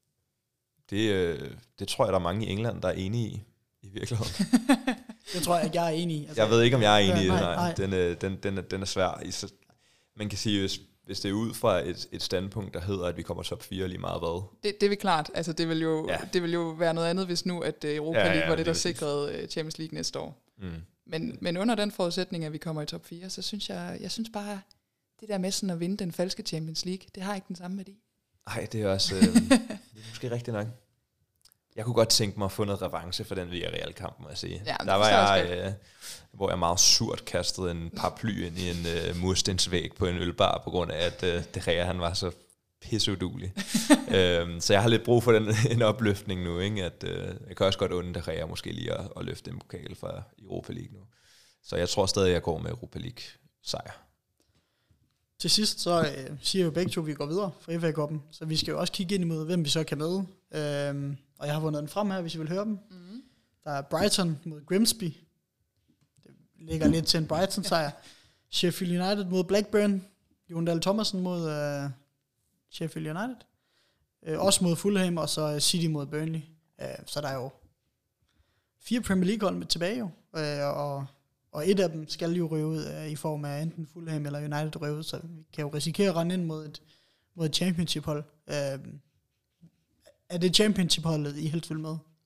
det tror jeg, der er mange i England, der er enige i virkeligheden. Det tror jeg ikke, jeg er enig i. Altså, jeg ved ikke, om jeg er enig i det. Nej. Den er svær. Man kan sige, hvis det er ud fra et standpunkt, der hedder, at vi kommer top 4 lige meget hvad. Det er klart. Altså, det vil jo være noget andet, hvis nu, at Europa League var det, der sikrede Champions League næste år. Men under den forudsætning, at vi kommer i top 4, så synes jeg synes bare, det der med sådan at vinde den falske Champions League, det har ikke den samme værdi. Nej, det er også det er måske rigtigt nok. Jeg kunne godt tænke mig at få noget revanche for den Villarreal-kamp, må jeg sige. Ja, der var jeg, hvor jeg meget surt kastede en paraply ind i en murstensvæg på en ølbar, på grund af, at De Gea, han var så pisseudulig. Så jeg har lidt brug for en opløftning nu, ikke? At, jeg kan også godt unde De Gea måske lige at løfte en pokal fra Europa League nu. Så jeg tror stadig, jeg går med Europa League-sejr. Til sidst så siger jo begge to, at vi går videre fra FA Cup'en, så vi skal jo også kigge ind imod, hvem vi så kan med. Og jeg har vundet den frem her, hvis I vil høre dem. Mm-hmm. Der er Brighton mod Grimsby. Det ligger lidt til en Brighton-sejr. Sheffield United mod Blackburn. Jon Dahl Thomasen mod Sheffield United. Også mod Fulham, og så City mod Burnley. Så der er jo 4 Premier League-hold med tilbage jo. Og et af dem skal jo ryge ud i form af enten Fulham eller United ryge ud, så vi kan jo risikere at rende ind mod et championship-hold. Er det championship-holdet, I helst vil med?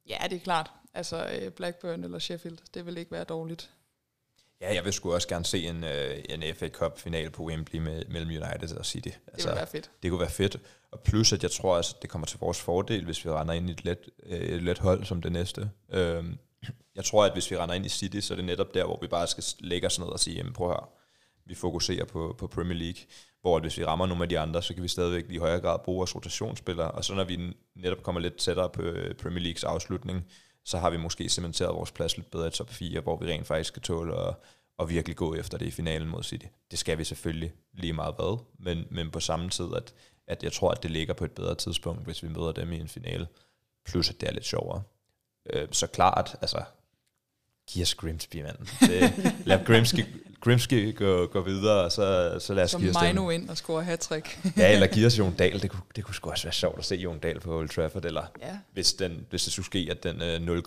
Ja, det er klart. Altså Blackburn eller Sheffield, det vil ikke være dårligt. Ja, jeg vil sgu også gerne se en FA Cup-finale på Wembley mellem United og City. Altså, det ville være fedt. Det kunne være fedt. Og plus, at jeg tror, at det kommer til vores fordel, hvis vi render ind i et let hold som det næste. Jeg tror, at hvis vi render ind i City, så er det netop der, hvor vi bare skal lægge os ned og sige, jamen prøv her, vi fokuserer på Premier League. Hvor hvis vi rammer nogle af de andre, så kan vi stadigvæk i højere grad bruge vores rotationsspillere. Og så når vi netop kommer lidt tættere på Premier Leagues afslutning, så har vi måske cementeret vores plads lidt bedre i top 4, hvor vi rent faktisk kan tåle og virkelig gå efter det i finalen mod City. Det skal vi selvfølgelig lige meget hvad, men på samme tid, at jeg tror, at det ligger på et bedre tidspunkt, hvis vi møder dem i en finale. Plus, at det er lidt sjovere. Så klart, altså, giv os Grimsby, manden. Lad Grimsby gå videre, og så lad os give os dem. Som Mino ind og score hat-trick. Ja, eller giv os Jon Dahl. Det kunne sgu også være sjovt at se Jon Dahl på Old Trafford, eller hvis det skulle ske, at den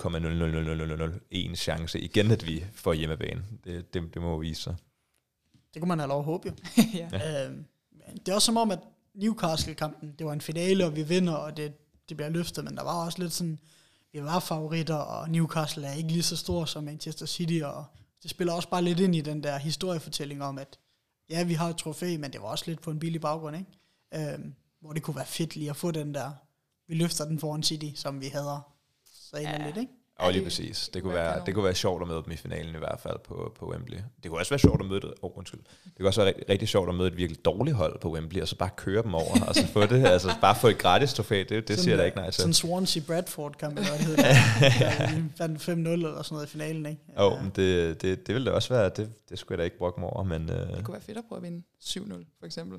0,00001 chance igen, at vi får hjemmebane. Det må vise sig. Det kunne man have lov at håbe, jo. Ja. Det er også som om, at Newcastle-kampen, det var en finale, og vi vinder, og det bliver løftet, men der var også lidt sådan, vi var favoritter, og Newcastle er ikke lige så stor som Manchester City, og det spiller også bare lidt ind i den der historiefortælling om, at ja, vi har et trofæ, men det var også lidt på en billig baggrund, ikke? Hvor det kunne være fedt lige at få den der, vi løfter den foran City, som vi hader så lidt, ikke? Og lige præcis. Det kunne være sjovt at møde dem i finalen i hvert fald på Wembley. Det kunne også være sjovt at møde det. Det kunne også være rigtig sjovt at møde et virkelig dårligt hold på Wembley, og så bare køre dem over, og så få det, altså bare få et gratis trofæ. Det siger der ikke nej til. Sådan Swansea Bradford kan man godt hedde. Vi fandt 5-0 eller sådan noget i finalen, ikke? Men det ville da også være, det skulle jeg da ikke brokke mig over, men det kunne være fedt at prøve at vinde 7-0 for eksempel.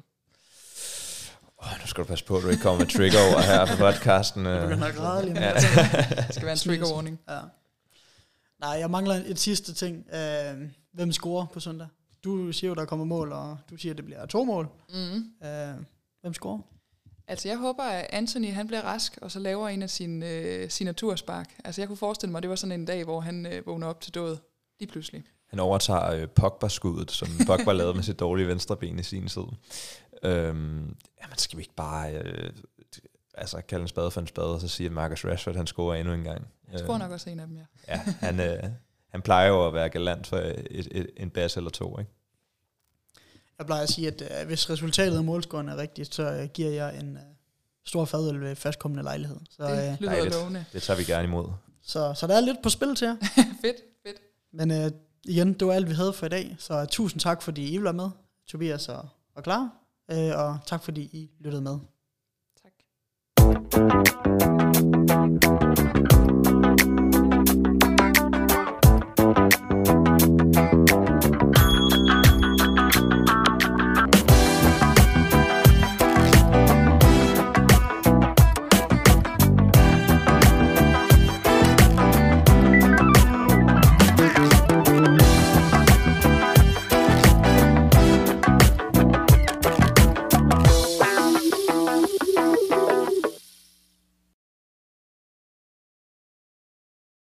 Nu skal du passe på, at du ikke kommer med trigger over her på podcasten. Du begynder at græde lige. Det skal være en trigger warning. Ja. Nej, jeg mangler et sidste ting. Hvem scorer på søndag? Du siger jo, der kommer mål, og du siger, det bliver 2 mål. Hvem scorer? Altså, jeg håber, at Anthony han bliver rask, og så laver en af sine signaturspark. Altså, jeg kunne forestille mig, at det var sådan en dag, hvor han vågner op til død. Lige pludselig. Han overtager Pogba-skuddet, som Pogba lavede med sit dårlige venstreben i sin tid. Jamen, skal vi ikke bare kalde en spade for en spade, og så sige, at Marcus Rashford, han scorer endnu en gang. Han scorer nok også en af dem, ja. Ja, han plejer jo at være galant for en bas eller 2, ikke? Jeg plejer at sige, at hvis resultatet af målscoren er rigtigt, så giver jeg en stor fadøl ved fastkommende lejlighed. Så, det lyder lovende. Det tager vi gerne imod. Så der er lidt på spil til jer. Fedt. Men igen, det var alt, vi havde for i dag. Så tusind tak, fordi I var med, Tobias og Clara. Og tak, fordi I lyttede med. Tak.